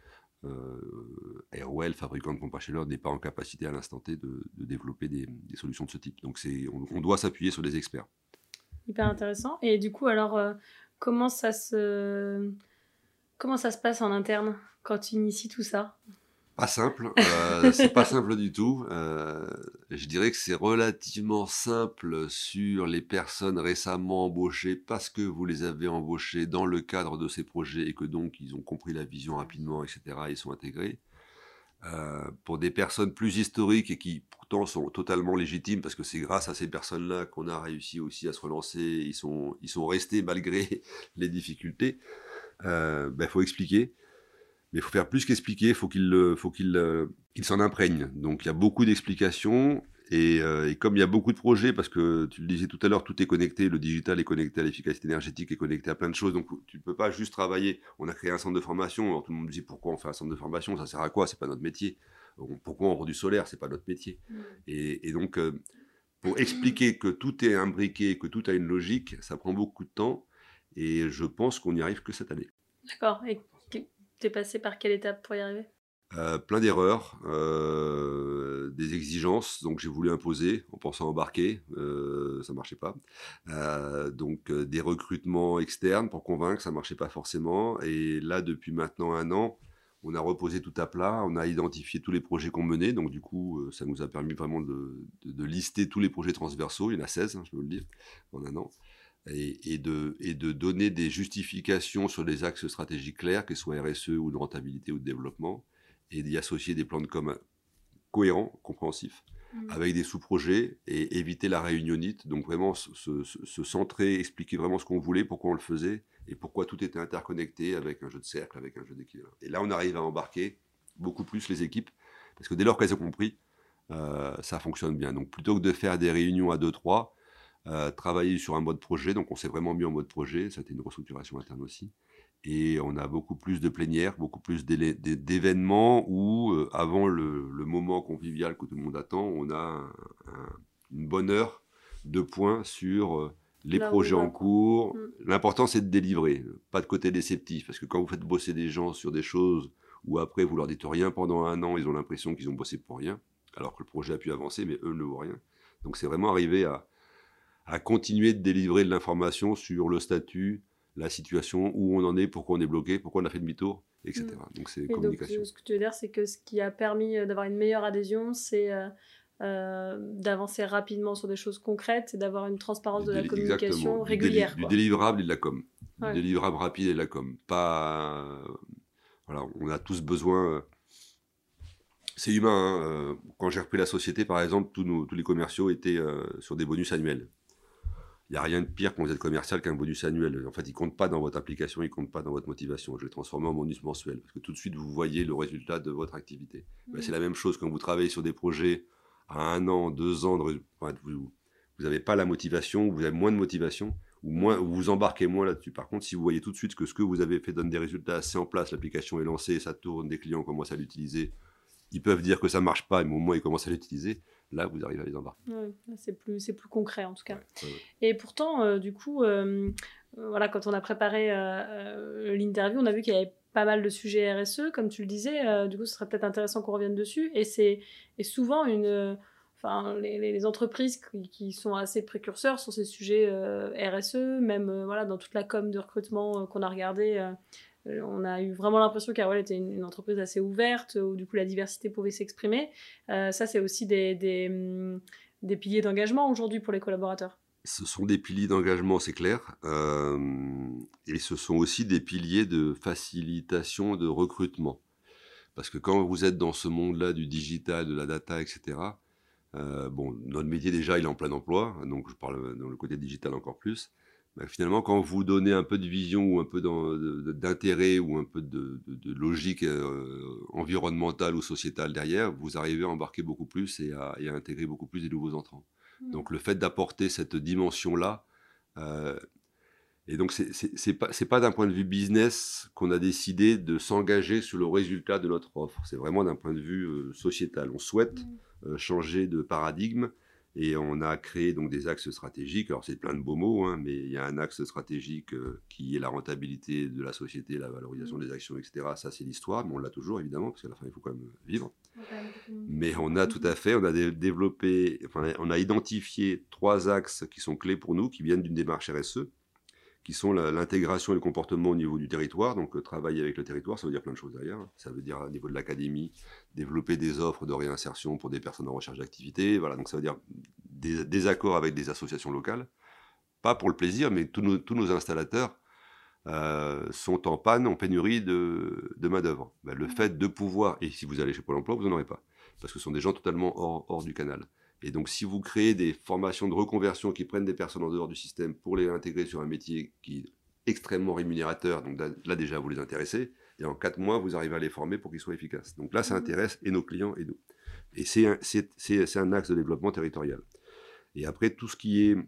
euh, Airwell, fabricant de pompes à chaleur, n'est pas en capacité à l'instant T de, de développer des, des solutions de ce type. Donc c'est, on, on doit s'appuyer sur des experts. Hyper intéressant. Et du coup, alors, euh, comment ça se... comment ça se passe en interne quand tu inities tout ça? Pas simple, euh, c'est pas simple du tout. Euh, je dirais que c'est relativement simple sur les personnes récemment embauchées parce que vous les avez embauchées dans le cadre de ces projets et que donc ils ont compris la vision rapidement, et cetera. Ils sont intégrés. Euh, pour des personnes plus historiques et qui pourtant sont totalement légitimes parce que c'est grâce à ces personnes-là qu'on a réussi aussi à se relancer. Ils sont, ils sont restés malgré les difficultés. Il euh, ben, faut expliquer. Mais il faut faire plus qu'expliquer, il faut qu'il faut qu'il, euh, qu'il s'en imprègne. Donc il y a beaucoup d'explications, et, euh, et comme il y a beaucoup de projets, parce que tu le disais tout à l'heure, tout est connecté, le digital est connecté à l'efficacité énergétique, est connecté à plein de choses, donc tu ne peux pas juste travailler. On a créé un centre de formation, alors tout le monde me dit pourquoi on fait un centre de formation, ça sert à quoi, c'est pas notre métier. Pourquoi on vend du solaire, c'est pas notre métier. Mmh. Et, et donc, euh, pour expliquer que tout est imbriqué, que tout a une logique, ça prend beaucoup de temps, et je pense qu'on n'y arrive que cette année. D'accord. Et t'es passé par quelle étape pour y arriver? Euh, plein d'erreurs, euh, des exigences, donc j'ai voulu imposer en pensant embarquer, euh, ça marchait pas. Euh, donc euh, des recrutements externes pour convaincre, ça marchait pas forcément. Et là, depuis maintenant un an, on a reposé tout à plat, on a identifié tous les projets qu'on menait, donc du coup, euh, ça nous a permis vraiment de, de, de lister tous les projets transversaux, il y en a seize, hein, je peux le dire, en un an. Et, et, de, et de donner des justifications sur des axes stratégiques clairs, qu'ils soient R S E ou de rentabilité ou de développement, et d'y associer des plans de com cohérents, compréhensifs, mmh. avec des sous-projets, et éviter la réunionnite, donc vraiment se, se, se centrer, expliquer vraiment ce qu'on voulait, pourquoi on le faisait, et pourquoi tout était interconnecté avec un jeu de cercle, avec un jeu d'équilibre. Et là, on arrive à embarquer beaucoup plus les équipes, parce que dès lors qu'elles ont compris, euh, ça fonctionne bien. Donc plutôt que de faire des réunions à deux trois, Euh, travailler sur un mode projet, donc on s'est vraiment mis en mode projet, ça a été une restructuration interne aussi, et on a beaucoup plus de plénières, beaucoup plus d'événements où, euh, avant le, le moment convivial que tout le monde attend, on a un, un, une bonne heure de points sur euh, les Là projets en cours. Mmh. L'important, c'est de délivrer, pas de côté déceptif, parce que quand vous faites bosser des gens sur des choses où après vous leur dites rien pendant un an, ils ont l'impression qu'ils ont bossé pour rien, alors que le projet a pu avancer, mais eux ne vaut rien. Donc c'est vraiment arriver à à continuer de délivrer de l'information sur le statut, la situation, où on en est, pourquoi on est bloqué, pourquoi on a fait demi-tour, et cetera. Mmh. Donc c'est communication. Donc, ce que tu veux dire, c'est que ce qui a permis d'avoir une meilleure adhésion, c'est euh, euh, d'avancer rapidement sur des choses concrètes et d'avoir une transparence de la communication Exactement. régulière. Du, déli- du délivrable et de la com. Ouais. Du délivrable rapide et de la com. Pas... Euh, voilà, on a tous besoin... Euh, c'est humain. Hein, euh, quand j'ai repris la société, par exemple, tous, nos, tous les commerciaux étaient euh, sur des bonus annuels. Il n'y a rien de pire quand vous êtes commercial qu'un bonus annuel. En fait, il ne compte pas dans votre application, il ne compte pas dans votre motivation. Je l'ai transformé en bonus mensuel, parce que tout de suite, vous voyez le résultat de votre activité. Mmh. Ben, c'est la même chose quand vous travaillez sur des projets à un an, deux ans, de... enfin, vous n'avez pas la motivation, vous avez moins de motivation, ou moins, vous vous embarquez moins là-dessus. Par contre, si vous voyez tout de suite que ce que vous avez fait donne des résultats, c'est en place, l'application est lancée, ça tourne, des clients commencent à l'utiliser, ils peuvent dire que ça ne marche pas, mais au moins ils commencent à l'utiliser. Là, vous arrivez à les embarquer. Ouais, c'est plus, c'est plus concret, en tout cas. Ouais, ouais, ouais. Et pourtant, euh, du coup, euh, voilà, quand on a préparé euh, euh, l'interview, on a vu qu'il y avait pas mal de sujets R S E, comme tu le disais. Euh, du coup, ce serait peut-être intéressant qu'on revienne dessus. Et c'est et souvent, une, enfin, les, les entreprises qui, qui sont assez précurseurs sur ces sujets euh, R S E, même euh, voilà, dans toute la com de recrutement euh, qu'on a regardé, euh, on a eu vraiment l'impression qu'Airwell était une, une entreprise assez ouverte, où du coup la diversité pouvait s'exprimer. Euh, ça, c'est aussi des, des, des piliers d'engagement aujourd'hui pour les collaborateurs. Ce sont des piliers d'engagement, c'est clair. Euh, et ce sont aussi des piliers de facilitation de recrutement. Parce que quand vous êtes dans ce monde-là du digital, de la data, et cetera, euh, bon, notre métier déjà, il est en plein emploi, donc je parle dans le côté digital encore plus. Ben, finalement, quand vous donnez un peu de vision ou un peu d'intérêt ou un peu de, de, de logique euh, environnementale ou sociétale derrière, vous arrivez à embarquer beaucoup plus et à, et à intégrer beaucoup plus des nouveaux entrants. Mmh. Donc le fait d'apporter cette dimension-là, euh, et donc c'est, c'est, c'est pas, c'est pas d'un point de vue business qu'on a décidé de s'engager sur le résultat de notre offre, c'est vraiment d'un point de vue euh, sociétal. On souhaite mmh. euh, changer de paradigme Et on a créé donc des axes stratégiques. Alors, c'est plein de beaux mots, hein, mais il y a un axe stratégique euh, qui est la rentabilité de la société, la valorisation des actions, et cetera. Ça, c'est l'histoire, mais on l'a toujours, évidemment, parce qu'à la fin, il faut quand même vivre. Mais on a tout à fait, on a dé- développé, enfin, on a identifié trois axes qui sont clés pour nous, qui viennent d'une démarche R S E, qui sont la- l'intégration et le comportement au niveau du territoire. Donc, euh, travailler avec le territoire, ça veut dire plein de choses derrière. Ça veut dire, au niveau de l'académie, développer des offres de réinsertion pour des personnes en recherche d'activité. Voilà, donc ça veut dire des, des accords avec des associations locales. Pas pour le plaisir, mais tous nos, tous nos installateurs euh, sont en panne, en pénurie de, de main-d'œuvre. Ben, le fait de pouvoir, et si vous allez chez Pôle emploi, vous n'en aurez pas, parce que ce sont des gens totalement hors, hors du canal. Et donc, si vous créez des formations de reconversion qui prennent des personnes en dehors du système pour les intégrer sur un métier qui est extrêmement rémunérateur, donc là déjà vous les intéressez, et en quatre mois vous arrivez à les former pour qu'ils soient efficaces. Donc là, ça intéresse et nos clients et nous. Et c'est un, c'est, c'est, c'est un axe de développement territorial. Et après, tout ce qui est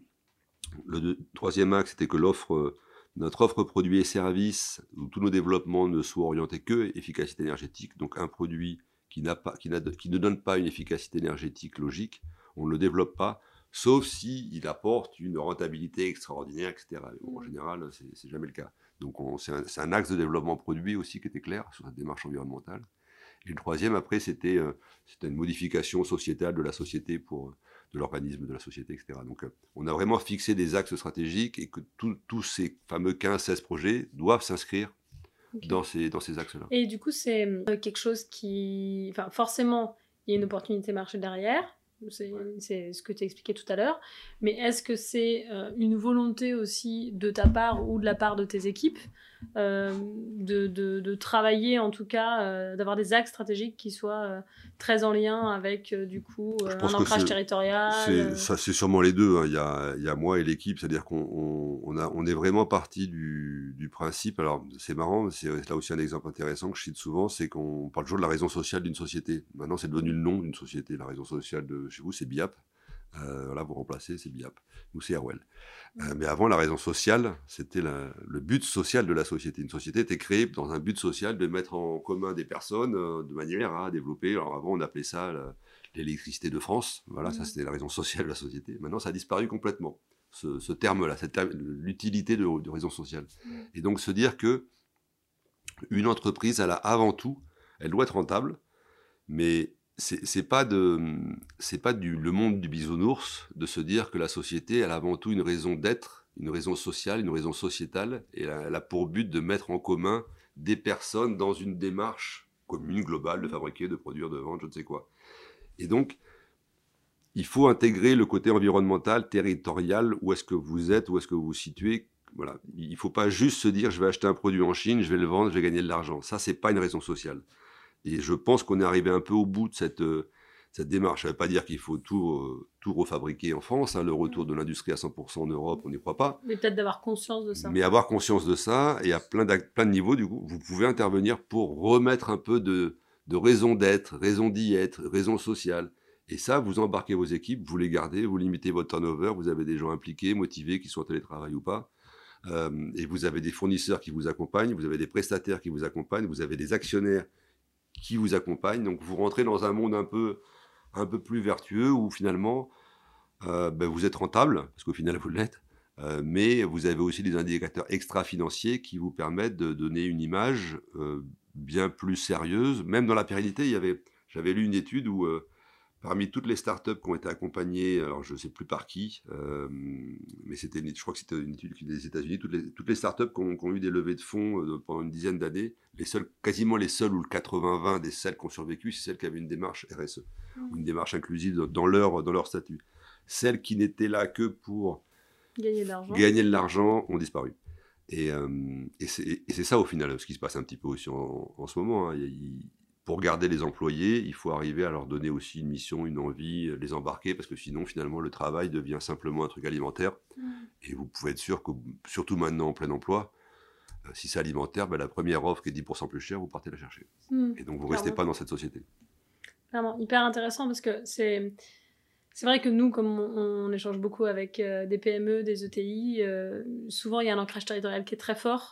le deux, troisième axe, c'était que l'offre, notre offre produits et services, où tous nos développements ne soient orientés que efficacité énergétique, donc un produit qui, n'a pas, qui, n'a, qui ne donne pas une efficacité énergétique logique, on ne le développe pas, sauf s'il apporte une rentabilité extraordinaire, et cetera. Mais bon, en général, c'est, c'est jamais le cas. Donc on, c'est, un, c'est un axe de développement produit aussi qui était clair sur cette démarche environnementale. Et le troisième, après, c'était, euh, c'était une modification sociétale de la société, pour, de l'organisme de la société, et cetera. Donc, euh, on a vraiment fixé des axes stratégiques et que tous ces fameux quinze seize projets doivent s'inscrire okay. dans, ces, dans ces axes-là. Et du coup, c'est quelque chose qui... Enfin, forcément, il y a une opportunité marché derrière. C'est, ouais. c'est ce que tu as expliqué tout à l'heure. Mais est-ce que c'est euh, une volonté aussi de ta part ou de la part de tes équipes euh, de, de, de travailler, en tout cas, euh, d'avoir des axes stratégiques qui soient euh, très en lien avec, euh, du coup, euh, un ancrage c'est, territorial c'est, euh... Ça, c'est sûrement les deux. Hein. Il y a, il y a moi et l'équipe. C'est-à-dire qu'on on, on a, on est vraiment parti du, du principe. Alors, c'est marrant, c'est là aussi un exemple intéressant que je cite souvent, c'est qu'on parle toujours de la raison sociale d'une société. Maintenant, c'est devenu le nom d'une société. La raison sociale de chez vous, c'est B I A P. Euh, là, vous remplacez, c'est B I A P. Ou c'est Airwell. Euh, mais avant, la raison sociale, c'était la, le but social de la société. Une société était créée dans un but social de mettre en commun des personnes euh, de manière à développer. Alors avant, on appelait ça la, l'électricité de France. Voilà, mmh. Ça, c'était la raison sociale de la société. Maintenant, ça a disparu complètement, ce, ce terme-là, cette, l'utilité de, de raison sociale. Mmh. Et donc, se dire que une entreprise, elle a avant tout, elle doit être rentable, mais c'est, c'est pas de, c'est pas du, le monde du bisounours de se dire que la société, elle a avant tout une raison d'être, une raison sociale, une raison sociétale, et elle a, elle a pour but de mettre en commun des personnes dans une démarche commune, globale, de fabriquer, de produire, de vendre, je ne sais quoi. Et donc, il faut intégrer le côté environnemental, territorial, où est-ce que vous êtes, où est-ce que vous vous situez. Voilà. Il ne faut pas juste se dire, je vais acheter un produit en Chine, je vais le vendre, je vais gagner de l'argent. Ça, c'est pas une raison sociale. Et je pense qu'on est arrivé un peu au bout de cette, euh, cette démarche. Ça ne veut pas dire qu'il faut tout, euh, tout refabriquer en France. Hein. Le retour de l'industrie à cent pour cent en Europe, on n'y croit pas. Mais peut-être d'avoir conscience de ça. Mais avoir conscience de ça, et à plein, plein de niveaux, du coup, vous pouvez intervenir pour remettre un peu de, de raison d'être, raison d'y être, raison sociale. Et ça, vous embarquez vos équipes, vous les gardez, vous limitez votre turnover, vous avez des gens impliqués, motivés, qui soient en télétravail ou pas. Euh, et vous avez des fournisseurs qui vous accompagnent, vous avez des prestataires qui vous accompagnent, vous avez des actionnaires qui vous accompagnent. Donc vous rentrez dans un monde un peu, un peu plus vertueux où finalement euh, ben vous êtes rentable, parce qu'au final vous l'êtes, euh, mais vous avez aussi des indicateurs extra-financiers qui vous permettent de donner une image euh, bien plus sérieuse. Même dans la pérennité, il y avait, j'avais lu une étude où euh, parmi toutes les startups qui ont été accompagnées, alors je ne sais plus par qui, euh, mais c'était une, je crois que c'était une étude des États-Unis, toutes les, toutes les startups qui ont, qui ont eu des levées de fonds euh, pendant une dizaine d'années, les seules, quasiment les seules ou le quatre-vingts vingt des celles qui ont survécu, c'est celles qui avaient une démarche R S E, mmh. ou une démarche inclusive dans leur, dans leur statut. Celles qui n'étaient là que pour gagner de l'argent, gagner de l'argent ont disparu. Et, euh, et, c'est, et c'est ça au final, ce qui se passe un petit peu aussi en, en ce moment. Hein. Il, il, Pour garder les employés, il faut arriver à leur donner aussi une mission, une envie, les embarquer, parce que sinon, finalement, le travail devient simplement un truc alimentaire. Mmh. Et vous pouvez être sûr que, surtout maintenant en plein emploi, euh, si c'est alimentaire, ben, la première offre qui est dix pour cent plus chère, vous partez la chercher. Mmh. Et donc, vous ne restez pas dans cette société. Clairement, hyper intéressant, parce que c'est... C'est vrai que nous, comme on, on échange beaucoup avec euh, des P M E, des E T I, euh, souvent il y a un ancrage territorial qui est très fort.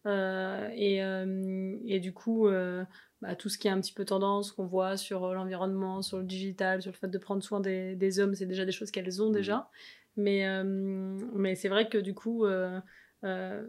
Euh, et, euh, et du coup, euh, bah, tout ce qui est un petit peu tendance qu'on voit sur l'environnement, sur le digital, sur le fait de prendre soin des, des hommes, c'est déjà des choses qu'elles ont déjà. Mais, euh, mais c'est vrai que du coup, euh, euh,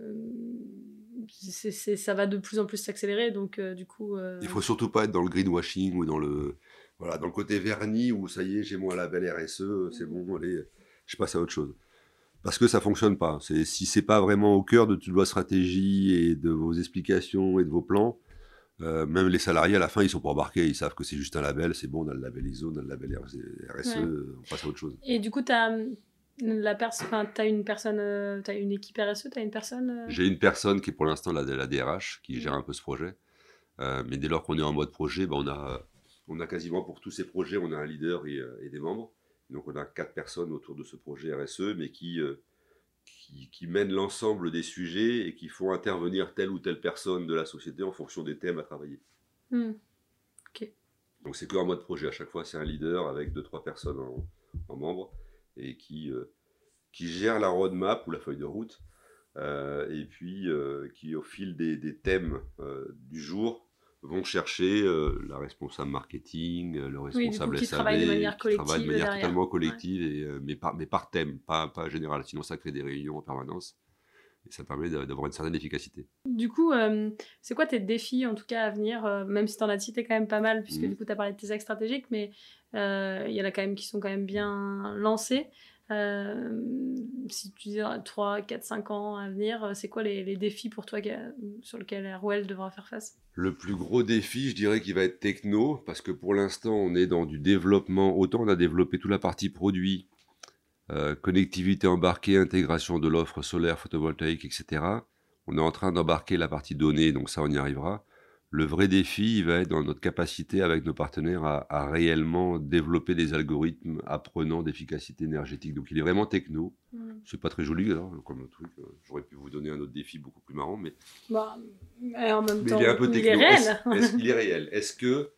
c'est, c'est, ça va de plus en plus s'accélérer. Donc, euh, du coup. Euh... Il faut surtout pas être dans le greenwashing ou dans le, voilà, dans le côté vernis où ça y est, j'ai mon label R S E, c'est bon, allez, je passe à autre chose. Parce que ça fonctionne pas. C'est, si c'est pas vraiment au cœur de toute votre stratégie et de vos explications et de vos plans, euh, même les salariés à la fin ils sont pas embarqués, ils savent que c'est juste un label, c'est bon, on a le label I S O, on a le label R S E, ouais. On passe à autre chose. Et du coup, tu as la pers- t'as une personne, euh, t'as une équipe R S E, tu as une personne euh... J'ai une personne qui est pour l'instant la, la D R H qui gère un peu ce projet. Euh, mais dès lors qu'on est en mode projet, ben on, a, on a quasiment pour tous ces projets, on a un leader et, et des membres. Donc on a quatre personnes autour de ce projet R S E, mais qui, euh, qui, qui mènent l'ensemble des sujets et qui font intervenir telle ou telle personne de la société en fonction des thèmes à travailler. Mmh. Okay. Donc c'est qu'en mode projet, à chaque fois c'est un leader avec deux trois personnes en, en membres et qui, euh, qui gère la roadmap ou la feuille de route euh, et puis euh, qui au fil des, des thèmes euh, du jour vont chercher euh, la responsable marketing, le responsable oui, qui S A V, travaille de manière qui collective travaille de manière derrière. totalement collective, ouais. et, euh, mais, par, mais par thème, pas, pas général. Sinon, ça crée des réunions en permanence et ça permet d'avoir une certaine efficacité. Du coup, euh, c'est quoi tes défis, en tout cas, à venir, euh, même si tu en as cité quand même pas mal, puisque mmh. du coup, tu as parlé de tes axes stratégiques, mais il euh, y en a quand même qui sont quand même bien lancés. Euh, si tu dis trois, quatre, cinq ans à venir, c'est quoi les, les défis pour toi sur lesquels R W E L devra faire face? Le plus gros défi, je dirais qu'il va être techno, parce que pour l'instant, on est dans du développement. Autant on a développé toute la partie produit, euh, connectivité embarquée, intégration de l'offre solaire, photovoltaïque, et cetera. On est en train d'embarquer la partie données, donc ça, on y arrivera. Le vrai défi, il va être dans notre capacité avec nos partenaires à, à réellement développer des algorithmes apprenants d'efficacité énergétique. Donc il est vraiment techno. Mmh. C'est pas très joli alors, comme truc. J'aurais pu vous donner un autre défi beaucoup plus marrant, mais, bah, en même mais temps, il est un peu techno. Il est réel. Est-ce, est-ce qu'il est réel? Est-ce que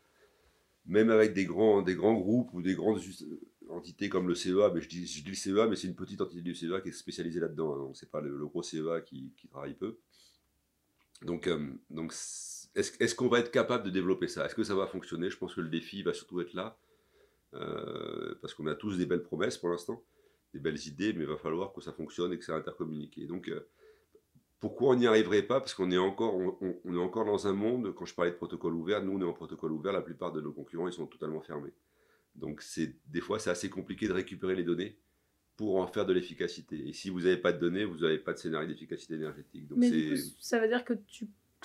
même avec des grands, des grands groupes ou des grandes entités comme le C E A, mais je dis, je dis le C E A, mais c'est une petite entité du C E A qui est spécialisée là-dedans. Hein, donc c'est pas le, le gros C E A qui, qui travaille peu. Donc, euh, donc est-ce, est-ce qu'on va être capable de développer ça? Est-ce que ça va fonctionner? Je pense que le défi va surtout être là, euh, parce qu'on a tous des belles promesses pour l'instant, des belles idées, mais il va falloir que ça fonctionne et que ça intercommunique. Donc, euh, pourquoi on n'y arriverait pas? Parce qu'on est encore, on, on, on est encore dans un monde, quand je parlais de protocole ouvert, nous on est en protocole ouvert, la plupart de nos concurrents ils sont totalement fermés. Donc c'est, des fois c'est assez compliqué de récupérer les données pour en faire de l'efficacité. Et si vous n'avez pas de données, vous n'avez pas de scénario d'efficacité énergétique. Donc mais c'est... du coup, ça veut dire que tu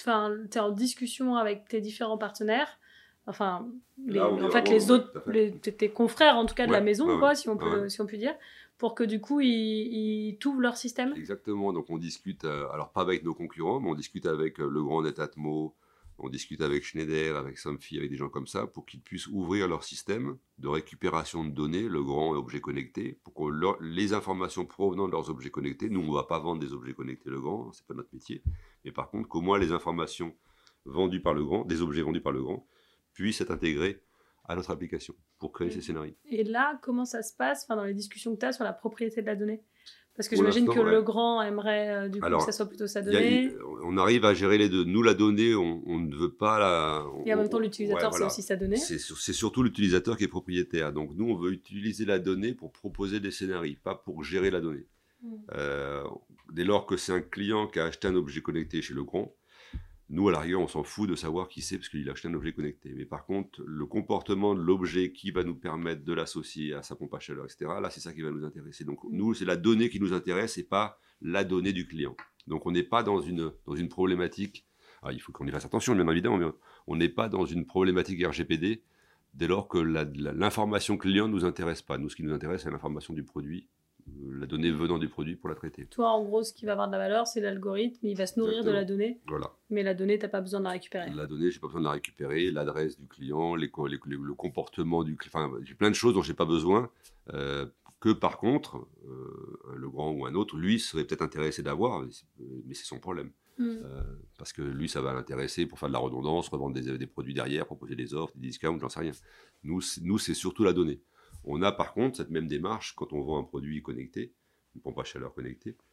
es en discussion avec tes différents partenaires, enfin, les, Là, en fait, les autres, fait. les, tes confrères en tout cas de ouais, la maison, ouais, quoi, ouais, si, on peut, ouais. si on peut dire, pour que du coup, ils, ils t'ouvrent leur système. Exactement, donc on discute, euh, alors pas avec nos concurrents, mais on discute avec euh, Legrand, Netatmo, on discute avec Schneider, avec Somfy, avec des gens comme ça, pour qu'ils puissent ouvrir leur système de récupération de données, Legrand et objets connectés, pour que leur, les informations provenant de leurs objets connectés, nous on ne va pas vendre des objets connectés Legrand, c'est pas notre métier, mais par contre qu'au moins les informations vendues par Legrand, des objets vendus par Legrand, puissent être intégrés à notre application pour créer et, ces scénarios. Et là, comment ça se passe enfin, dans les discussions que tu as sur la propriété de la donnée? Parce que pour j'imagine que ouais. Legrand aimerait euh, du coup Alors, que ça soit plutôt sa donnée. A, on arrive à gérer les deux. Nous, la donnée, on, on ne veut pas la... On, et en même temps, l'utilisateur, ouais, voilà. c'est aussi sa donnée. C'est, c'est surtout l'utilisateur qui est propriétaire. Donc nous, on veut utiliser la donnée pour proposer des scénarios, pas pour gérer la donnée. Mmh. Euh, dès lors que c'est un client qui a acheté un objet connecté chez Legrand, nous, à l'arrière, on s'en fout de savoir qui c'est parce qu'il a acheté un objet connecté. Mais par contre, le comportement de l'objet qui va nous permettre de l'associer à sa pompe à chaleur, et cetera, là, c'est ça qui va nous intéresser. Donc, nous, c'est la donnée qui nous intéresse et pas la donnée du client. Donc, on n'est pas dans une, dans une problématique... Ah, il faut qu'on y fasse attention, bien évidemment, mais on n'est pas dans une problématique R G P D dès lors que la, la, l'information client ne nous intéresse pas. Nous, ce qui nous intéresse, c'est l'information du produit, la donnée venant du produit pour la traiter. Toi, en gros, ce qui va avoir de la valeur, c'est l'algorithme, il va se nourrir Exactement. de la donnée. Voilà. Mais la donnée, tu n'as pas besoin de la récupérer. La donnée, je n'ai pas besoin de la récupérer, l'adresse du client, les, les, les, le comportement du client, enfin, j'ai plein de choses dont je n'ai pas besoin, euh, que par contre, euh, Legrand ou un autre, lui, serait peut-être intéressé d'avoir, mais c'est son problème. Mm. Euh, parce que lui, ça va l'intéresser pour faire de la redondance, revendre des, des produits derrière, proposer des offres, des discounts, j'en sais rien. Nous, c'est, nous, c'est surtout la donnée. On a par contre cette même démarche quand on vend un produit connecté, une pompe à chaleur connectée,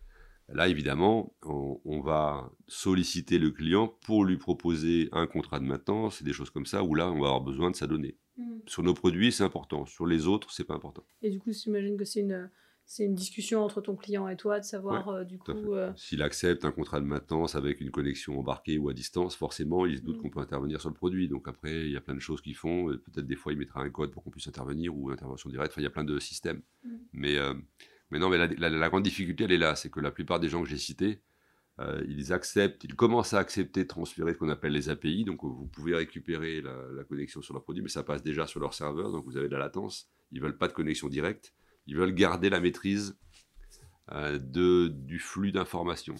Là, évidemment, on, on va solliciter le client pour lui proposer un contrat de maintenance et des choses comme ça, où là, on va avoir besoin de sa donnée. Mmh. Sur nos produits, c'est important. Sur les autres, c'est pas important. Et du coup, j'imagine que c'est une, c'est une discussion entre ton client et toi, de savoir, ouais, euh, du coup... Euh... S'il accepte un contrat de maintenance avec une connexion embarquée ou à distance, forcément, il se doute mmh. qu'on peut intervenir sur le produit. Donc après, il y a plein de choses qu'ils font. Peut-être des fois, il mettra un code pour qu'on puisse intervenir ou une intervention directe. Enfin, il y a plein de systèmes. Mmh. Mais... Euh, Mais non, mais la, la, la grande difficulté, elle est là. C'est que la plupart des gens que j'ai cités, euh, ils acceptent, ils commencent à accepter de transférer ce qu'on appelle les A P I. Donc, vous pouvez récupérer la, la connexion sur leur produit, mais ça passe déjà sur leur serveur. Donc, vous avez de la latence. Ils ne veulent pas de connexion directe. Ils veulent garder la maîtrise euh, de, du flux d'informations.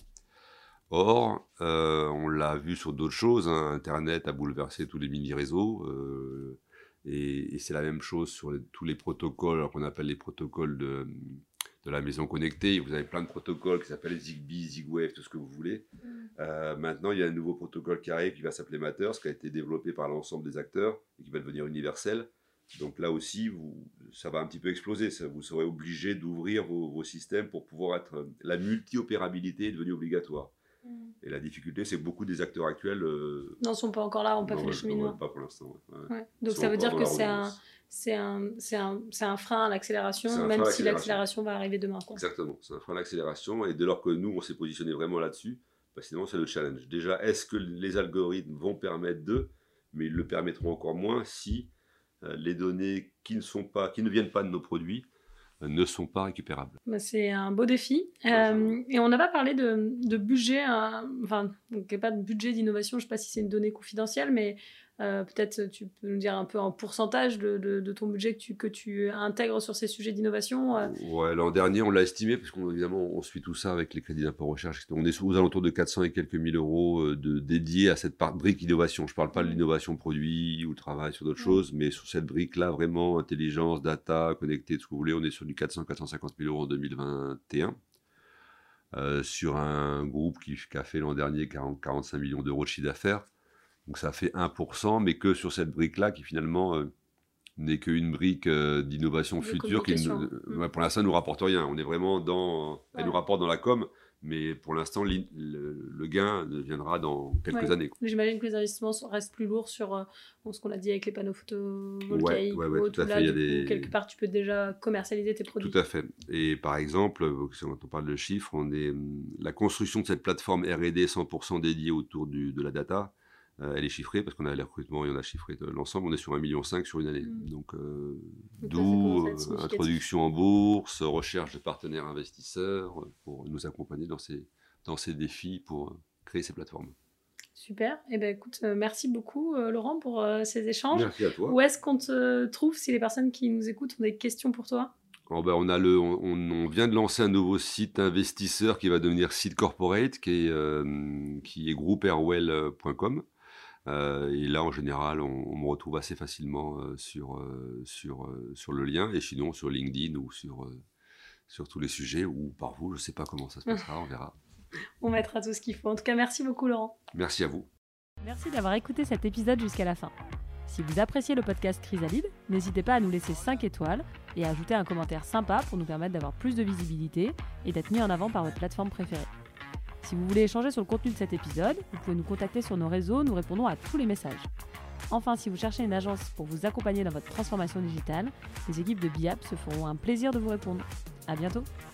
Or, euh, on l'a vu sur d'autres choses. Hein, Internet a bouleversé tous les mini-réseaux. Euh, et, et c'est la même chose sur les, tous les protocoles, alors qu'on appelle les protocoles de... de la maison connectée. Vous avez plein de protocoles qui s'appellent Zigbee, Zigwave, tout ce que vous voulez. Mmh. Euh, maintenant, il y a un nouveau protocole qui arrive qui va s'appeler Matter, qui a été développé par l'ensemble des acteurs et qui va devenir universel. Donc là aussi, vous, ça va un petit peu exploser. Ça, vous serez obligé d'ouvrir vos, vos systèmes pour pouvoir être... La multi-opérabilité est devenue obligatoire. Mmh. Et la difficulté, c'est que beaucoup des acteurs actuels... Euh, n'en sont pas encore là, n'ont pas fait le cheminement. Pas pour l'instant. Ouais. Ouais. Donc ça veut dire que c'est un... C'est un, c'est, un, c'est un frein à l'accélération, même si l'accélération va arriver demain. Quoi. Exactement, c'est un frein à l'accélération. Et dès lors que nous, on s'est positionné vraiment là-dessus, bah sinon, c'est le challenge. Déjà, est-ce que les algorithmes vont permettre de, mais ils le permettront encore moins si euh, les données qui ne, sont pas, qui ne viennent pas de nos produits euh, ne sont pas récupérables. Bah, c'est un beau défi. Ouais, euh, et on n'a pas parlé de, de budget, hein, enfin, il n'y a pas de budget d'innovation, je ne sais pas si c'est une donnée confidentielle, mais... Euh, peut-être tu peux nous dire un peu en pourcentage de, de, de ton budget que tu, que tu intègres sur ces sujets d'innovation. euh. Ouais, l'an dernier, on l'a estimé, parce qu'évidemment, on suit tout ça avec les crédits d'impôt recherche. On est aux alentours de quatre cents et quelques mille euros de, dédiés à cette part, brique innovation. Je ne parle pas de l'innovation produit ou le travail sur d'autres mmh. choses, mais sur cette brique-là, vraiment, intelligence, data, connecté, tout ce que vous voulez, on est sur du quatre cents à quatre cent cinquante mille euros en deux mille vingt et un. Euh, sur un groupe qui, qui a fait l'an dernier quarante à quarante-cinq millions d'euros de chiffre d'affaires. Donc ça fait un pour cent, mais que sur cette brique-là, qui finalement euh, n'est qu'une brique euh, d'innovation de future, qui ne, mmh. pour l'instant ne nous rapporte rien. On est vraiment dans... Ouais. Elle nous rapporte dans la com, mais pour l'instant, le, le gain viendra dans quelques ouais. années. Quoi. J'imagine que les investissements restent plus lourds sur euh, ce qu'on a dit avec les panneaux photovoltaïques. Ouais, ouais, ouais, tout à fait. Là, il y a des... coup, quelque part, tu peux déjà commercialiser tes produits. Tout à fait. Et par exemple, quand on parle de chiffres, on est, la construction de cette plateforme R et D cent pour cent dédiée autour du, de la data, Euh, elle est chiffrée parce qu'on a les recrutements et on a chiffré l'ensemble. On est sur un virgule cinq million sur une année. Mmh. Donc, euh, Donc d'où euh, introduction en bourse, recherche de partenaires investisseurs pour nous accompagner dans ces, dans ces défis pour créer ces plateformes. Super. Eh ben, écoute, euh, merci beaucoup euh, Laurent pour euh, ces échanges. Merci à toi. Où est-ce qu'on te trouve si les personnes qui nous écoutent ont des questions pour toi ? Oh ben on, a le, on, on vient de lancer un nouveau site investisseur qui va devenir site corporate, qui est, euh, qui est groupe airwell point com. Euh, et là, en général, on, on me retrouve assez facilement euh, sur, euh, sur, euh, sur le lien, et sinon sur LinkedIn ou sur, euh, sur tous les sujets, ou par vous, je ne sais pas comment ça se passera, on verra. On mettra tout ce qu'il faut. En tout cas, merci beaucoup Laurent. Merci à vous. Merci d'avoir écouté cet épisode jusqu'à la fin. Si vous appréciez le podcast Chrysalide, n'hésitez pas à nous laisser cinq étoiles et à ajouter un commentaire sympa pour nous permettre d'avoir plus de visibilité et d'être mis en avant par votre plateforme préférée. Si vous voulez échanger sur le contenu de cet épisode, vous pouvez nous contacter sur nos réseaux, nous répondons à tous les messages. Enfin, si vous cherchez une agence pour vous accompagner dans votre transformation digitale, les équipes de B I A P se feront un plaisir de vous répondre. À bientôt.